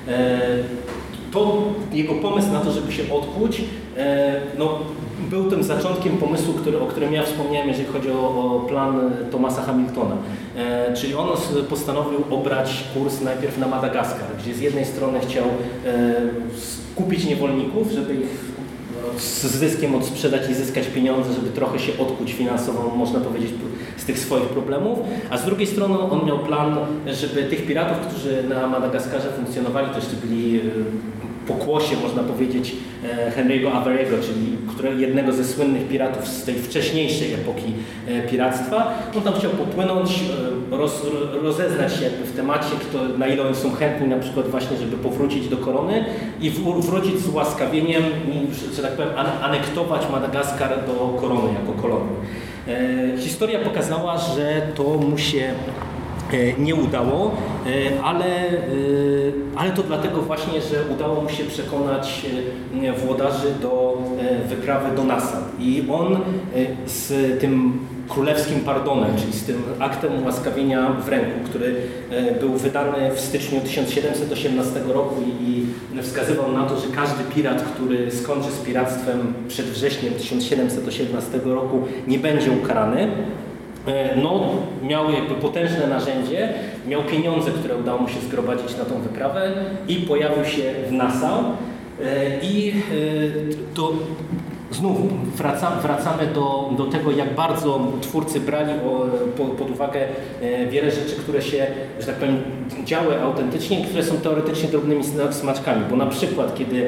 To jego pomysł na to, żeby się odkuć, był tym zaczątkiem pomysłu, o którym ja wspomniałem, jeżeli chodzi o plan Thomasa Hamiltona. Czyli on postanowił obrać kurs najpierw na Madagaskar, gdzie z jednej strony chciał kupić niewolników, żeby ich z zyskiem odsprzedać i zyskać pieniądze, żeby trochę się odkuć finansowo, można powiedzieć, z tych swoich problemów, a z drugiej strony on miał plan, żeby tych piratów, którzy na Madagaskarze funkcjonowali, to jeszcze byli pokłosie, można powiedzieć, Henry'ego Averego, czyli jednego ze słynnych piratów z tej wcześniejszej epoki piractwa. On tam chciał popłynąć, rozeznać się jakby w temacie, na ile oni są chętni na przykład właśnie, żeby powrócić do korony i wrócić z ułaskawieniem i, że tak powiem, anektować Madagaskar do korony jako kolony. Historia pokazała, że to mu się nie udało, ale to dlatego właśnie, że udało mu się przekonać włodarzy do wyprawy do Nassau. I on z tym królewskim pardonem, czyli z tym aktem ułaskawienia w ręku, który był wydany w styczniu 1718 roku i wskazywał na to, że każdy pirat, który skończy z piractwem przed wrześniem 1718 roku, nie będzie ukarany. Miał jakby potężne narzędzie, miał pieniądze, które udało mu się zgromadzić na tą wyprawę i pojawił się w Nassau. Znów wracamy do tego, jak bardzo twórcy brali pod uwagę wiele rzeczy, które się, że tak powiem, działy autentycznie i które są teoretycznie drobnymi smaczkami. Bo na przykład, kiedy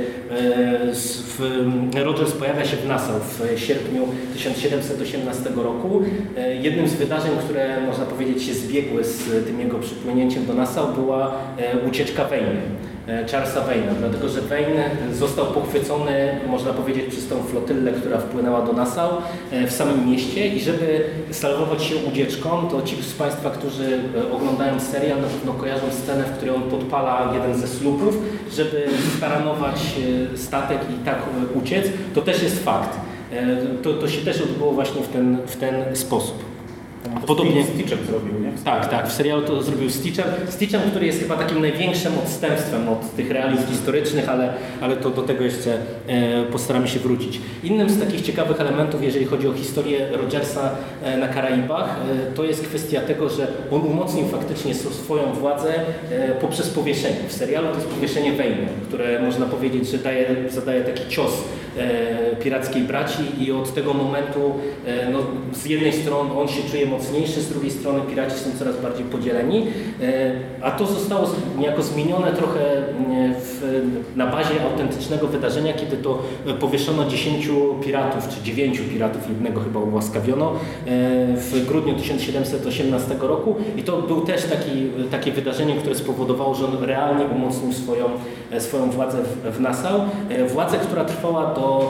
Rogers pojawia się w Nassau w sierpniu 1718 roku, jednym z wydarzeń, które można powiedzieć się zbiegły z tym jego przypłynięciem do Nassau, była ucieczka Vane. Charlesa Vane'a, dlatego że Vane został pochwycony, można powiedzieć, przez tą flotyllę, która wpłynęła do Nassau w samym mieście i żeby salwować się ucieczką, to ci z Państwa, którzy oglądają serial, na pewno kojarzą scenę, w której on podpala jeden ze słupów, żeby staranować statek i tak uciec. To też jest fakt. To się też odbyło właśnie w ten sposób. Podobnie Stitchem zrobił, nie? Tak, w serialu to zrobił Stitchem, który jest chyba takim największym odstępstwem od tych realiów historycznych, ale to do tego jeszcze postaramy się wrócić. Innym z takich ciekawych elementów, jeżeli chodzi o historię Rogersa na Karaibach, to jest kwestia tego, że on umocnił faktycznie swoją władzę poprzez powieszenie. W serialu to jest powieszenie Vane, które można powiedzieć, że zadaje taki cios pirackiej braci i od tego momentu z jednej strony on się czuje mocniejszy, z drugiej strony piraci są coraz bardziej podzieleni, a to zostało niejako zmienione trochę na bazie autentycznego wydarzenia, kiedy to powieszono 10 piratów, czy 9 piratów, jednego chyba ułaskawiono w grudniu 1718 roku i to był też takie wydarzenie, które spowodowało, że on realnie umocnił swoją władzę w Nassau. Władzę, która trwała do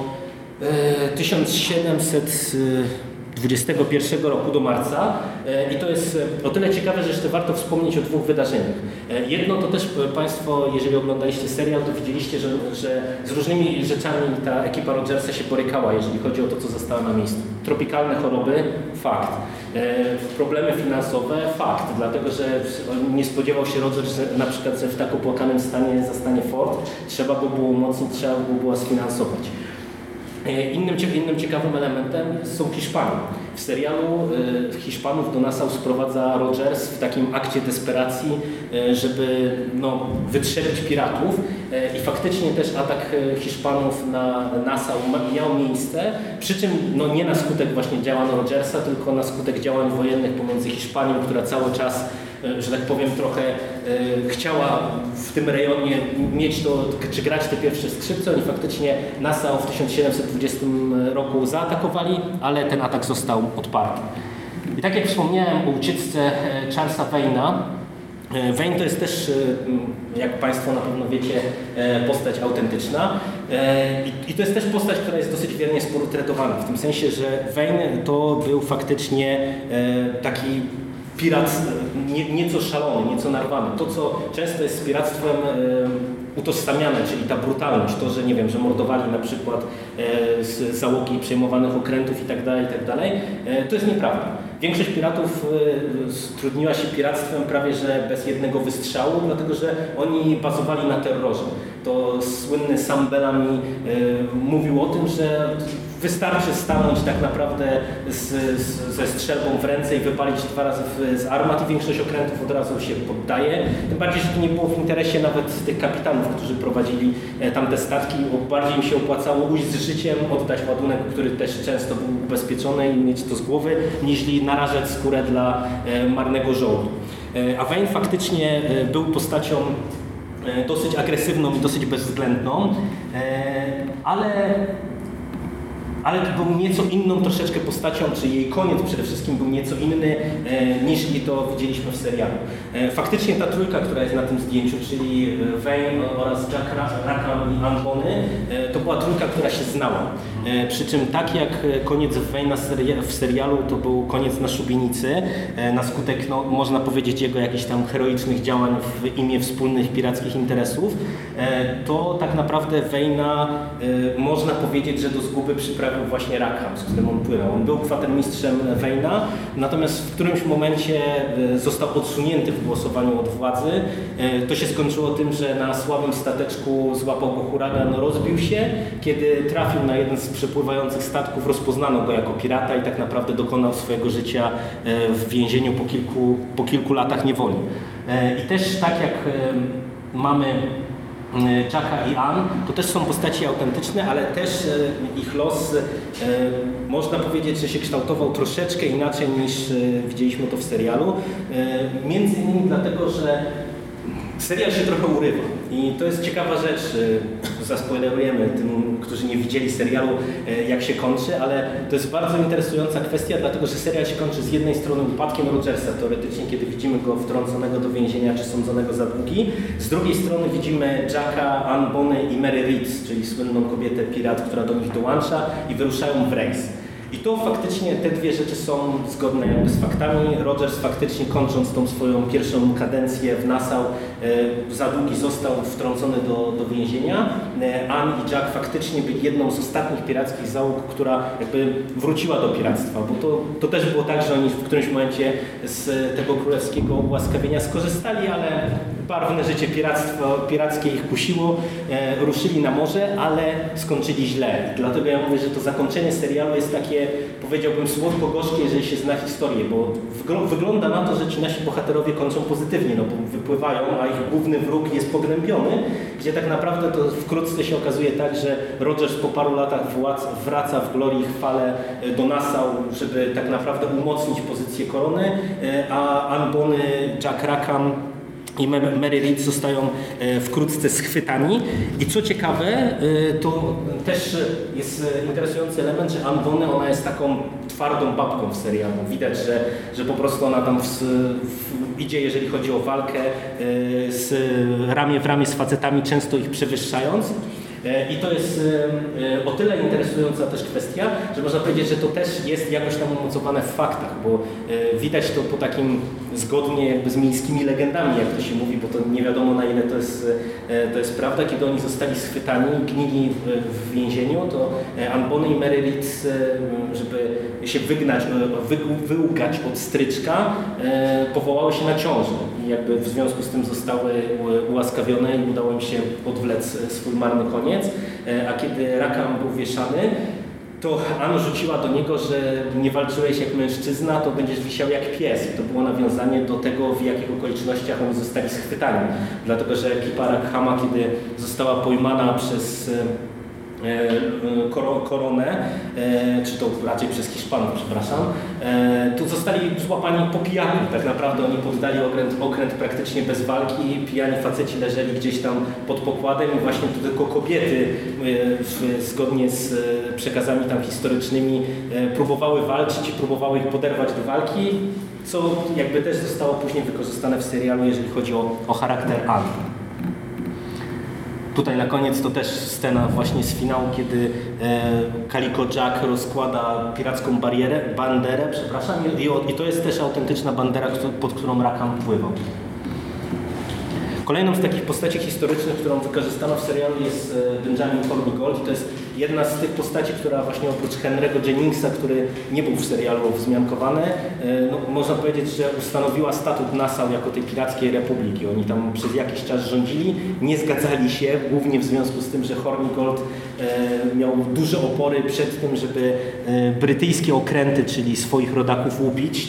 1721 roku do marca i to jest o tyle ciekawe, że jeszcze warto wspomnieć o dwóch wydarzeniach. Jedno to też Państwo, jeżeli oglądaliście serial, to widzieliście, że z różnymi rzeczami ta ekipa Rogersa się borykała, jeżeli chodzi o to, co zostało na miejscu. Tropikalne choroby, fakt. Problemy finansowe, fakt, dlatego że nie spodziewał się Rogers, że na przykład w tak opłakanym stanie zastanie fort, trzeba by było umocnić, trzeba by było sfinansować. Innym ciekawym elementem są Hiszpanie. W serialu Hiszpanów do Nassau sprowadza Rogers w takim akcie desperacji, żeby wytrzebić piratów i faktycznie też atak Hiszpanów na Nassau miał miejsce, przy czym nie na skutek właśnie działań Rogersa, tylko na skutek działań wojennych pomiędzy Hiszpanią, która cały czas że tak powiem, trochę chciała w tym rejonie mieć to, czy grać te pierwsze skrzypce. Oni faktycznie Nassau w 1720 roku zaatakowali, ale ten atak został odparty. I tak jak wspomniałem o ucieczce Charlesa Wane'a, Vane to jest też, jak Państwo na pewno wiecie, postać autentyczna i to jest też postać, która jest dosyć wiernie sportretowana, w tym sensie, że Vane to był faktycznie taki pirat nieco szalony, nieco narwany. To, co często jest z piractwem utożsamiane, czyli ta brutalność, to, że nie wiem, że mordowali na przykład z załogi przejmowanych okrętów i tak dalej, to jest nieprawda. Większość piratów trudniła się piractwem prawie że bez jednego wystrzału, dlatego że oni bazowali na terrorze. To słynny Sam Bellamy mówił o tym, że wystarczy stanąć tak naprawdę ze strzelbą w ręce i wypalić 2 razy z armat i większość okrętów od razu się poddaje. Tym bardziej, że to nie było w interesie nawet tych kapitanów, którzy prowadzili tamte statki. Bardziej im się opłacało ujść z życiem, oddać ładunek, który też często był ubezpieczony i mieć to z głowy, niż narażać skórę dla marnego żołdu. A Vane faktycznie był postacią dosyć agresywną i dosyć bezwzględną, ale był nieco inną troszeczkę postacią, czy jej koniec przede wszystkim był nieco inny niż to widzieliśmy w serialu. Faktycznie ta trójka, która jest na tym zdjęciu, czyli Vane oraz Jack Rackham i Anne Bonny, to była trójka, która się znała. Przy czym tak jak koniec Vane'a w serialu to był koniec na szubienicy, na skutek, no, można powiedzieć, jego jakichś tam heroicznych działań w imię wspólnych pirackich interesów, to tak naprawdę Vane'a można powiedzieć, że do zguby przyprawił właśnie Rackham, z którym on płynął. On był kwatermistrzem Vane'a, natomiast w którymś momencie został odsunięty w głosowaniu od władzy. To się skończyło tym, że na słabym stateczku złapał go huragan, rozbił się. Kiedy trafił na jeden z przepływających statków, rozpoznano go jako pirata i tak naprawdę dokonał swojego życia w więzieniu po kilku latach niewoli. I też tak jak mamy Jacka i Anne, to też są postaci autentyczne, ale też ich los można powiedzieć, że się kształtował troszeczkę inaczej niż widzieliśmy to w serialu. Między innymi dlatego, że serial się trochę urywa i to jest ciekawa rzecz, zaspoilerujemy tym, którzy nie widzieli serialu, jak się kończy, ale to jest bardzo interesująca kwestia, dlatego że serial się kończy z jednej strony upadkiem Rogersa, teoretycznie, kiedy widzimy go wtrąconego do więzienia czy sądzonego za długi, z drugiej strony widzimy Jacka, Anne Bonny i Mary Reed, czyli słynną kobietę pirat, która do nich dołącza i wyruszają w rejs. I to faktycznie te dwie rzeczy są zgodne jakby z faktami. Rogers faktycznie kończąc tą swoją pierwszą kadencję w Nassau za długi został wtrącony do więzienia. Anne i Jack faktycznie byli jedną z ostatnich pirackich załóg, która jakby wróciła do piractwa, bo to też było tak, że oni w którymś momencie z tego królewskiego ułaskawienia skorzystali, ale barwne życie pirackie ich kusiło, ruszyli na morze, ale skończyli źle. Dlatego ja mówię, że to zakończenie serialu jest takie, powiedziałbym, słodko-gorzkie, jeżeli się zna historię, bo wygląda na to, że ci nasi bohaterowie kończą pozytywnie, no bo wypływają, a ich główny wróg jest pognębiony, gdzie tak naprawdę to wkrótce się okazuje tak, że Rogers po paru latach wraca w glorii i chwale do Nassau, żeby tak naprawdę umocnić pozycję korony, a Anne Bonny, Jack Rackham i Mary Reed zostają wkrótce schwytani. I co ciekawe, to też jest interesujący element, że Anne Bonny, ona jest taką twardą babką w serialu. Widać, że po prostu ona tam idzie, jeżeli chodzi o walkę, ramię w ramię z facetami, często ich przewyższając. I to jest o tyle interesująca też kwestia, że można powiedzieć, że to też jest jakoś tam umocowane w faktach, bo widać to po takim zgodnie jakby z miejskimi legendami, jak to się mówi, bo to nie wiadomo na ile to jest prawda. Kiedy oni zostali schwytani, gnili w więzieniu, to Anne Bonny i Mary Reed, żeby się wyłgać od stryczka, powołały się na ciążę i jakby w związku z tym zostały ułaskawione i udało im się odwlec swój marny koniec. A kiedy Rackham był wieszany, to Anne rzuciła do niego, że nie walczyłeś jak mężczyzna, to będziesz wisiał jak pies. I to było nawiązanie do tego, w jakich okolicznościach oni zostali schwytani. Dlatego, że ekipa Rackhama, kiedy została pojmana przez koronę, czy to raczej przez Hiszpanów, przepraszam, tu zostali złapani po pijaku. Tak naprawdę oni poddali okręt praktycznie bez walki. Pijani faceci leżeli gdzieś tam pod pokładem i właśnie tu tylko kobiety zgodnie z przekazami tam historycznymi próbowały walczyć i próbowały ich poderwać do walki, co jakby też zostało później wykorzystane w serialu, jeżeli chodzi o charakter Anny. Tutaj na koniec to też scena właśnie z finału, kiedy Calico Jack rozkłada piracką banderę, przepraszam, i to jest też autentyczna bandera, pod którą Rackham pływał. Kolejną z takich postaci historycznych, którą wykorzystano w serialu, jest Benjamin Hornigold. To jest jedna z tych postaci, która właśnie oprócz Henry'ego Jenningsa, który nie był w serialu wzmiankowany, no, można powiedzieć, że ustanowiła statut Nassau jako tej pirackiej republiki. Oni tam przez jakiś czas rządzili, nie zgadzali się, głównie w związku z tym, że Hornigold miał duże opory przed tym, żeby brytyjskie okręty, czyli swoich rodaków łupić,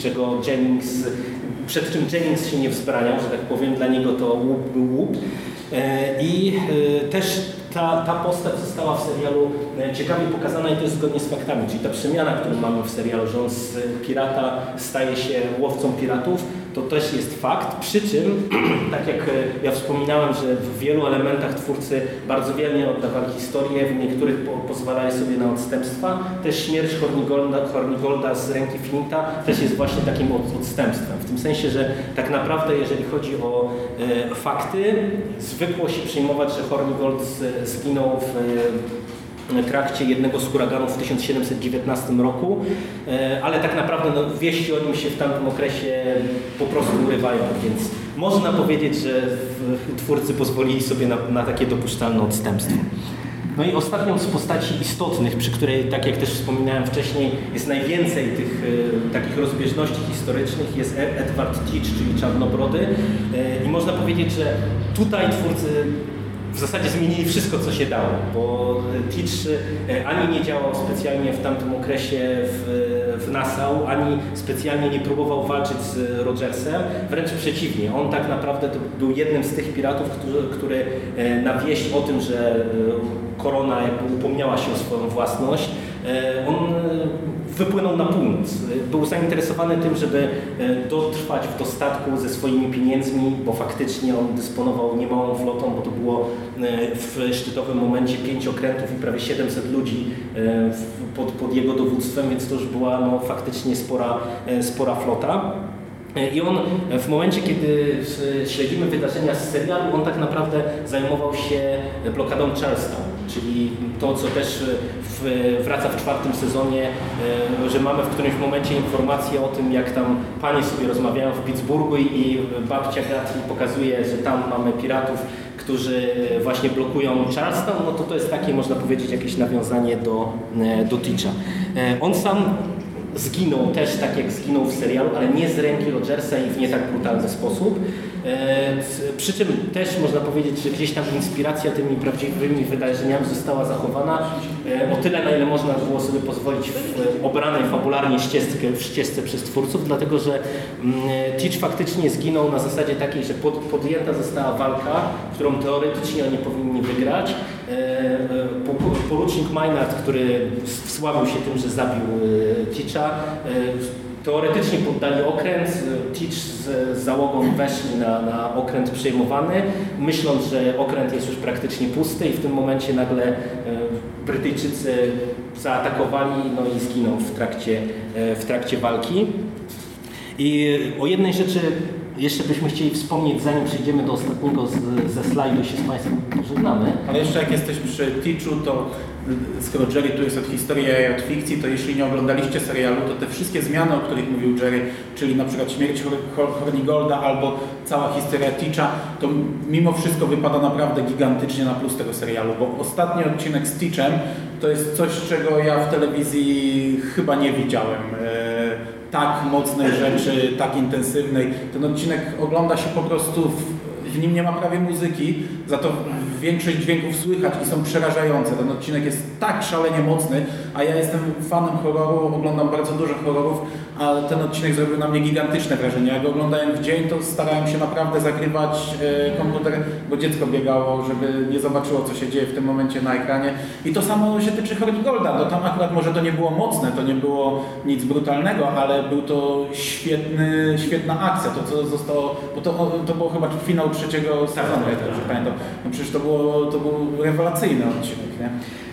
przed czym Jennings się nie wzbraniał, że tak powiem, dla niego to łup był łup. I też ta postać została w serialu ciekawie pokazana i to jest zgodnie z faktami, czyli ta przemiana, którą mamy w serialu, że on z pirata staje się łowcą piratów, to też jest fakt, przy czym, tak jak ja wspominałem, że w wielu elementach twórcy bardzo wiele oddawali historię, w niektórych pozwalali sobie na odstępstwa, też śmierć Hornigolda z ręki Flinta też jest właśnie takim odstępstwem, w tym sensie, że tak naprawdę jeżeli chodzi o fakty, zwykło się przyjmować, że Hornigold zginął w trakcie jednego z huraganów w 1719 roku, ale tak naprawdę wieści o nim się w tamtym okresie po prostu urywają, więc można powiedzieć, że twórcy pozwolili sobie na takie dopuszczalne odstępstwo. No i ostatnią z postaci istotnych, przy której, tak jak też wspominałem wcześniej, jest najwięcej tych takich rozbieżności historycznych, jest Edward Teach, czyli Czarnobrody. I można powiedzieć, że tutaj twórcy w zasadzie zmienili wszystko, co się dało, bo Teach ani nie działał specjalnie w tamtym okresie w Nassau, ani specjalnie nie próbował walczyć z Rogersem, wręcz przeciwnie. On tak naprawdę to był jednym z tych piratów, który na wieść o tym, że korona jakby upomniała się o swoją własność, on wypłynął na północ. Był zainteresowany tym, żeby dotrwać do statku ze swoimi pieniędzmi, bo faktycznie on dysponował niemałą flotą, bo to było w szczytowym momencie 5 okrętów i prawie 700 ludzi pod jego dowództwem, więc to już była faktycznie spora flota. I on w momencie, kiedy śledzimy wydarzenia z serialu, on tak naprawdę zajmował się blokadą Charlestown, czyli to, co też wraca w 4. sezonie, że mamy w którymś momencie informację o tym, jak tam panie sobie rozmawiają w Pittsburghu i babcia Gatley pokazuje, że tam mamy piratów, którzy właśnie blokują Charlestown, no to jest takie, można powiedzieć, jakieś nawiązanie do Teacha. On sam zginął też tak jak zginął w serialu, ale nie z ręki Rogersa i w nie tak brutalny sposób. Przy czym też można powiedzieć, że gdzieś tam inspiracja tymi prawdziwymi wydarzeniami została zachowana o tyle, na ile można było sobie pozwolić w obranej fabularnie ścieżce przez twórców, dlatego że Teach faktycznie zginął na zasadzie takiej, że podjęta została walka, którą teoretycznie oni powinni wygrać. Porucznik Maynard, który wsławił się tym, że zabił Teacha, teoretycznie poddali okręt, Teach z załogą weszli na okręt przejmowany, myśląc, że okręt jest już praktycznie pusty i w tym momencie nagle Brytyjczycy zaatakowali, no i zginął w trakcie walki. I o jednej rzeczy jeszcze byśmy chcieli wspomnieć, zanim przejdziemy do ostatniego ze slajdu, się z Państwem pożegnamy. Ale jeszcze jak jesteś przy Teachu, to skoro Jerry tu jest od historii, a ja od fikcji, to jeśli nie oglądaliście serialu, to te wszystkie zmiany, o których mówił Jerry, czyli na przykład śmierć Hornigolda albo cała historia Teacha, to mimo wszystko wypada naprawdę gigantycznie na plus tego serialu, bo ostatni odcinek z Teachem to jest coś, czego ja w telewizji chyba nie widziałem. Tak mocnej rzeczy, tak intensywnej. Ten odcinek ogląda się po prostu, w nim nie ma prawie muzyki, za to większość dźwięków słychać i są przerażające. Ten odcinek jest tak szalenie mocny, a ja jestem fanem horroru, oglądam bardzo dużo horrorów, a ten odcinek zrobił na mnie gigantyczne wrażenie. Jak go oglądałem w dzień, to starałem się naprawdę zakrywać komputer, bo dziecko biegało, żeby nie zobaczyło, co się dzieje w tym momencie na ekranie. I to samo się tyczy Horrorgolda. No tam akurat może to nie było mocne, to nie było nic brutalnego, ale był to świetna akcja. To, co zostało, bo to było chyba finał trzeciego sezonu, jak dobrze pamiętam. No przecież to był rewelacyjny odcinek, nie?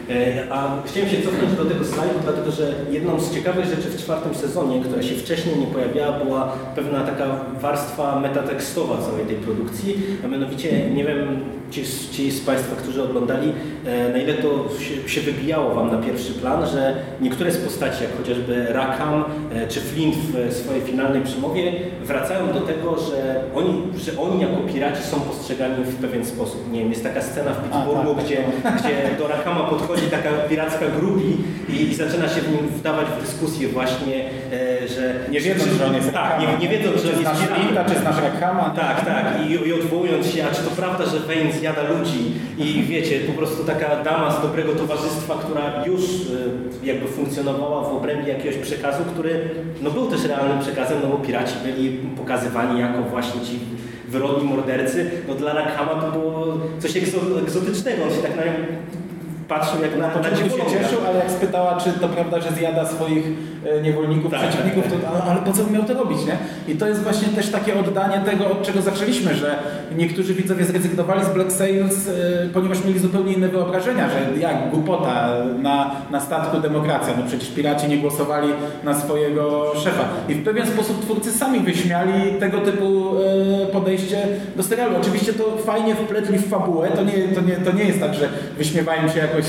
A chciałem się cofnąć do tego slajdu, dlatego że jedną z ciekawych rzeczy w 4. sezonie, która się wcześniej nie pojawiała, była pewna taka warstwa metatekstowa całej tej produkcji. A mianowicie, nie wiem, ci z Państwa, którzy oglądali, na ile to się wybijało Wam na pierwszy plan, że niektóre z postaci, jak chociażby Rackham czy Flint w swojej finalnej przemowie, wracają do tego, że oni jako piraci są postrzegani w pewien sposób. Nie wiem, jest taka scena w Pittsburghu, gdzie do Rackhama podchodzi taka piracka grupi i zaczyna się w nim wdawać w dyskusję właśnie, że... Nie wiedząc, że on jest tak, nie wiedząc, że on jest Flinta, czy znasz Rackhama. Tak. I odwołując się, a czy to prawda, że Wayne zjada ludzi i wiecie, po prostu taka dama z dobrego towarzystwa, która już jakby funkcjonowała w obrębie jakiegoś przekazu, który no był też realnym przekazem, no bo piraci byli pokazywani jako właśnie ci wyrodni mordercy. No dla Rackhama to było coś egzotycznego, on się tak na nią patrzył jak na początku się cieszył, ale jak spytała, czy to prawda, że zjada swoich niewolników, przeciwników, to ale po co miał to robić, nie? I to jest właśnie też takie oddanie tego, od czego zaczęliśmy, że niektórzy widzowie zrezygnowali z Black Sails, ponieważ mieli zupełnie inne wyobrażenia, że jak głupota na statku demokracja, no przecież piraci nie głosowali na swojego szefa. I w pewien sposób twórcy sami wyśmiali tego typu podejście do serialu. Oczywiście to fajnie wpletli w fabułę, to nie jest tak, że wyśmiewają się jakoś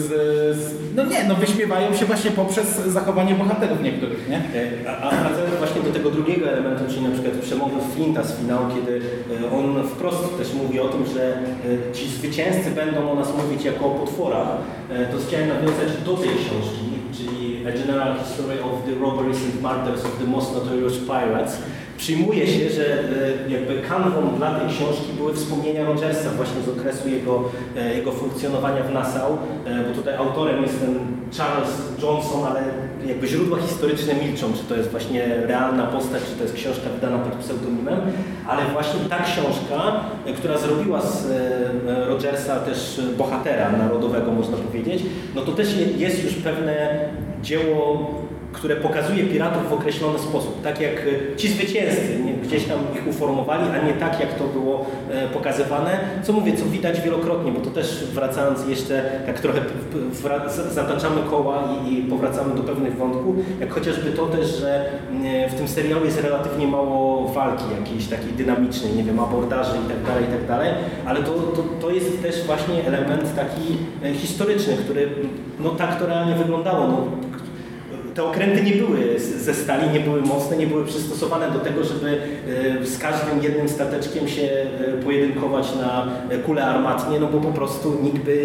wyśmiewają się właśnie poprzez zachowanie bohaterów niektórych, nie? A wracając właśnie do tego drugiego elementu, czyli na przykład przemowy Flinta z finału, kiedy on wprost też mówi o tym, że ci zwycięzcy będą o nas mówić jako o potworach, to chciałem nawiązać do tej książki, czyli A General History of the Robberies and Murders of the Most Notorious Pirates. Przyjmuje się, że jakby kanwą dla tej książki były wspomnienia Rogersa właśnie z okresu jego funkcjonowania w Nassau, bo tutaj autorem jest ten Charles Johnson, ale jakby źródła historyczne milczą, czy to jest właśnie realna postać, czy to jest książka wydana pod pseudonimem, ale właśnie ta książka, która zrobiła z Rogersa też bohatera narodowego, można powiedzieć, no to też jest już pewne dzieło, które pokazuje piratów w określony sposób, tak jak ci zwycięzcy gdzieś tam ich uformowali, a nie tak jak to było pokazywane, co widać wielokrotnie, bo to też wracając jeszcze tak trochę zataczamy koła i powracamy do pewnych wątków, jak chociażby to też, że w tym serialu jest relatywnie mało walki jakiejś takiej dynamicznej, nie wiem, abordaży i tak dalej, ale to jest też właśnie element taki historyczny, który no tak to realnie wyglądało. No, te okręty nie były ze stali, nie były mocne, nie były przystosowane do tego, żeby z każdym jednym stateczkiem się pojedynkować na kulę armatnie, no bo po prostu nikt by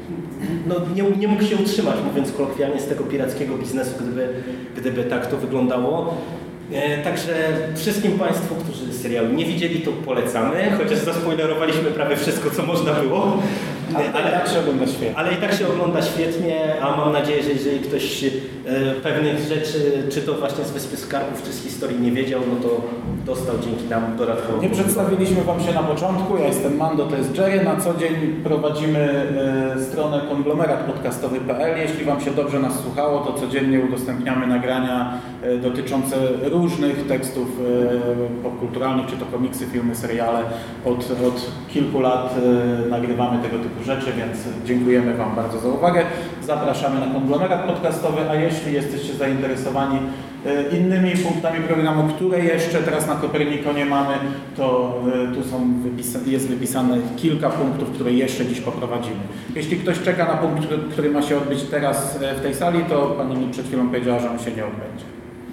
nie mógł się utrzymać, mówiąc kolokwialnie, z tego pirackiego biznesu, gdyby tak to wyglądało. Także wszystkim Państwu, którzy serialu nie widzieli, to polecamy, chociaż zaspoilerowaliśmy prawie wszystko, co można było. Ale i tak się ogląda świetnie. Ale i tak się ogląda świetnie, a mam nadzieję, że jeżeli ktoś pewnych rzeczy, czy to właśnie z Wyspy Skarbów, czy z historii nie wiedział, no to dostał dzięki nam dodatkowo. Nie przedstawiliśmy Wam się na początku, ja jestem Mando, to jest Jerry. Na co dzień prowadzimy stronę konglomeratpodcastowy.pl. Jeśli Wam się dobrze nas słuchało, to codziennie udostępniamy nagrania dotyczące różnych tekstów popkulturalnych, czy to komiksy, filmy, seriale. Od kilku lat nagrywamy tego typu rzeczy, więc dziękujemy Wam bardzo za uwagę. Zapraszamy na konglomerat podcastowy, a jeśli jesteście zainteresowani innymi punktami programu, które jeszcze teraz na Kopernikonie mamy, to tu jest wypisane kilka punktów, które jeszcze dziś poprowadzimy. Jeśli ktoś czeka na punkt, który ma się odbyć teraz w tej sali, to pani mi przed chwilą powiedziała, że on się nie odbędzie.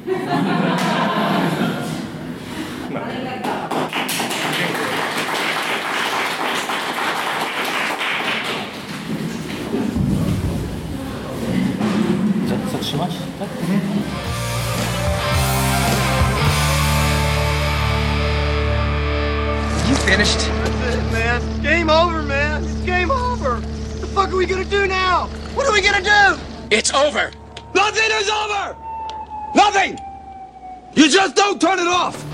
No. Zatrzymać? Tak? You finished? That's it, man. It's game over, man. It's game fuck are we gonna do now? What are we gonna do? It's over. Nothing is over. Nothing. You just don't turn it off.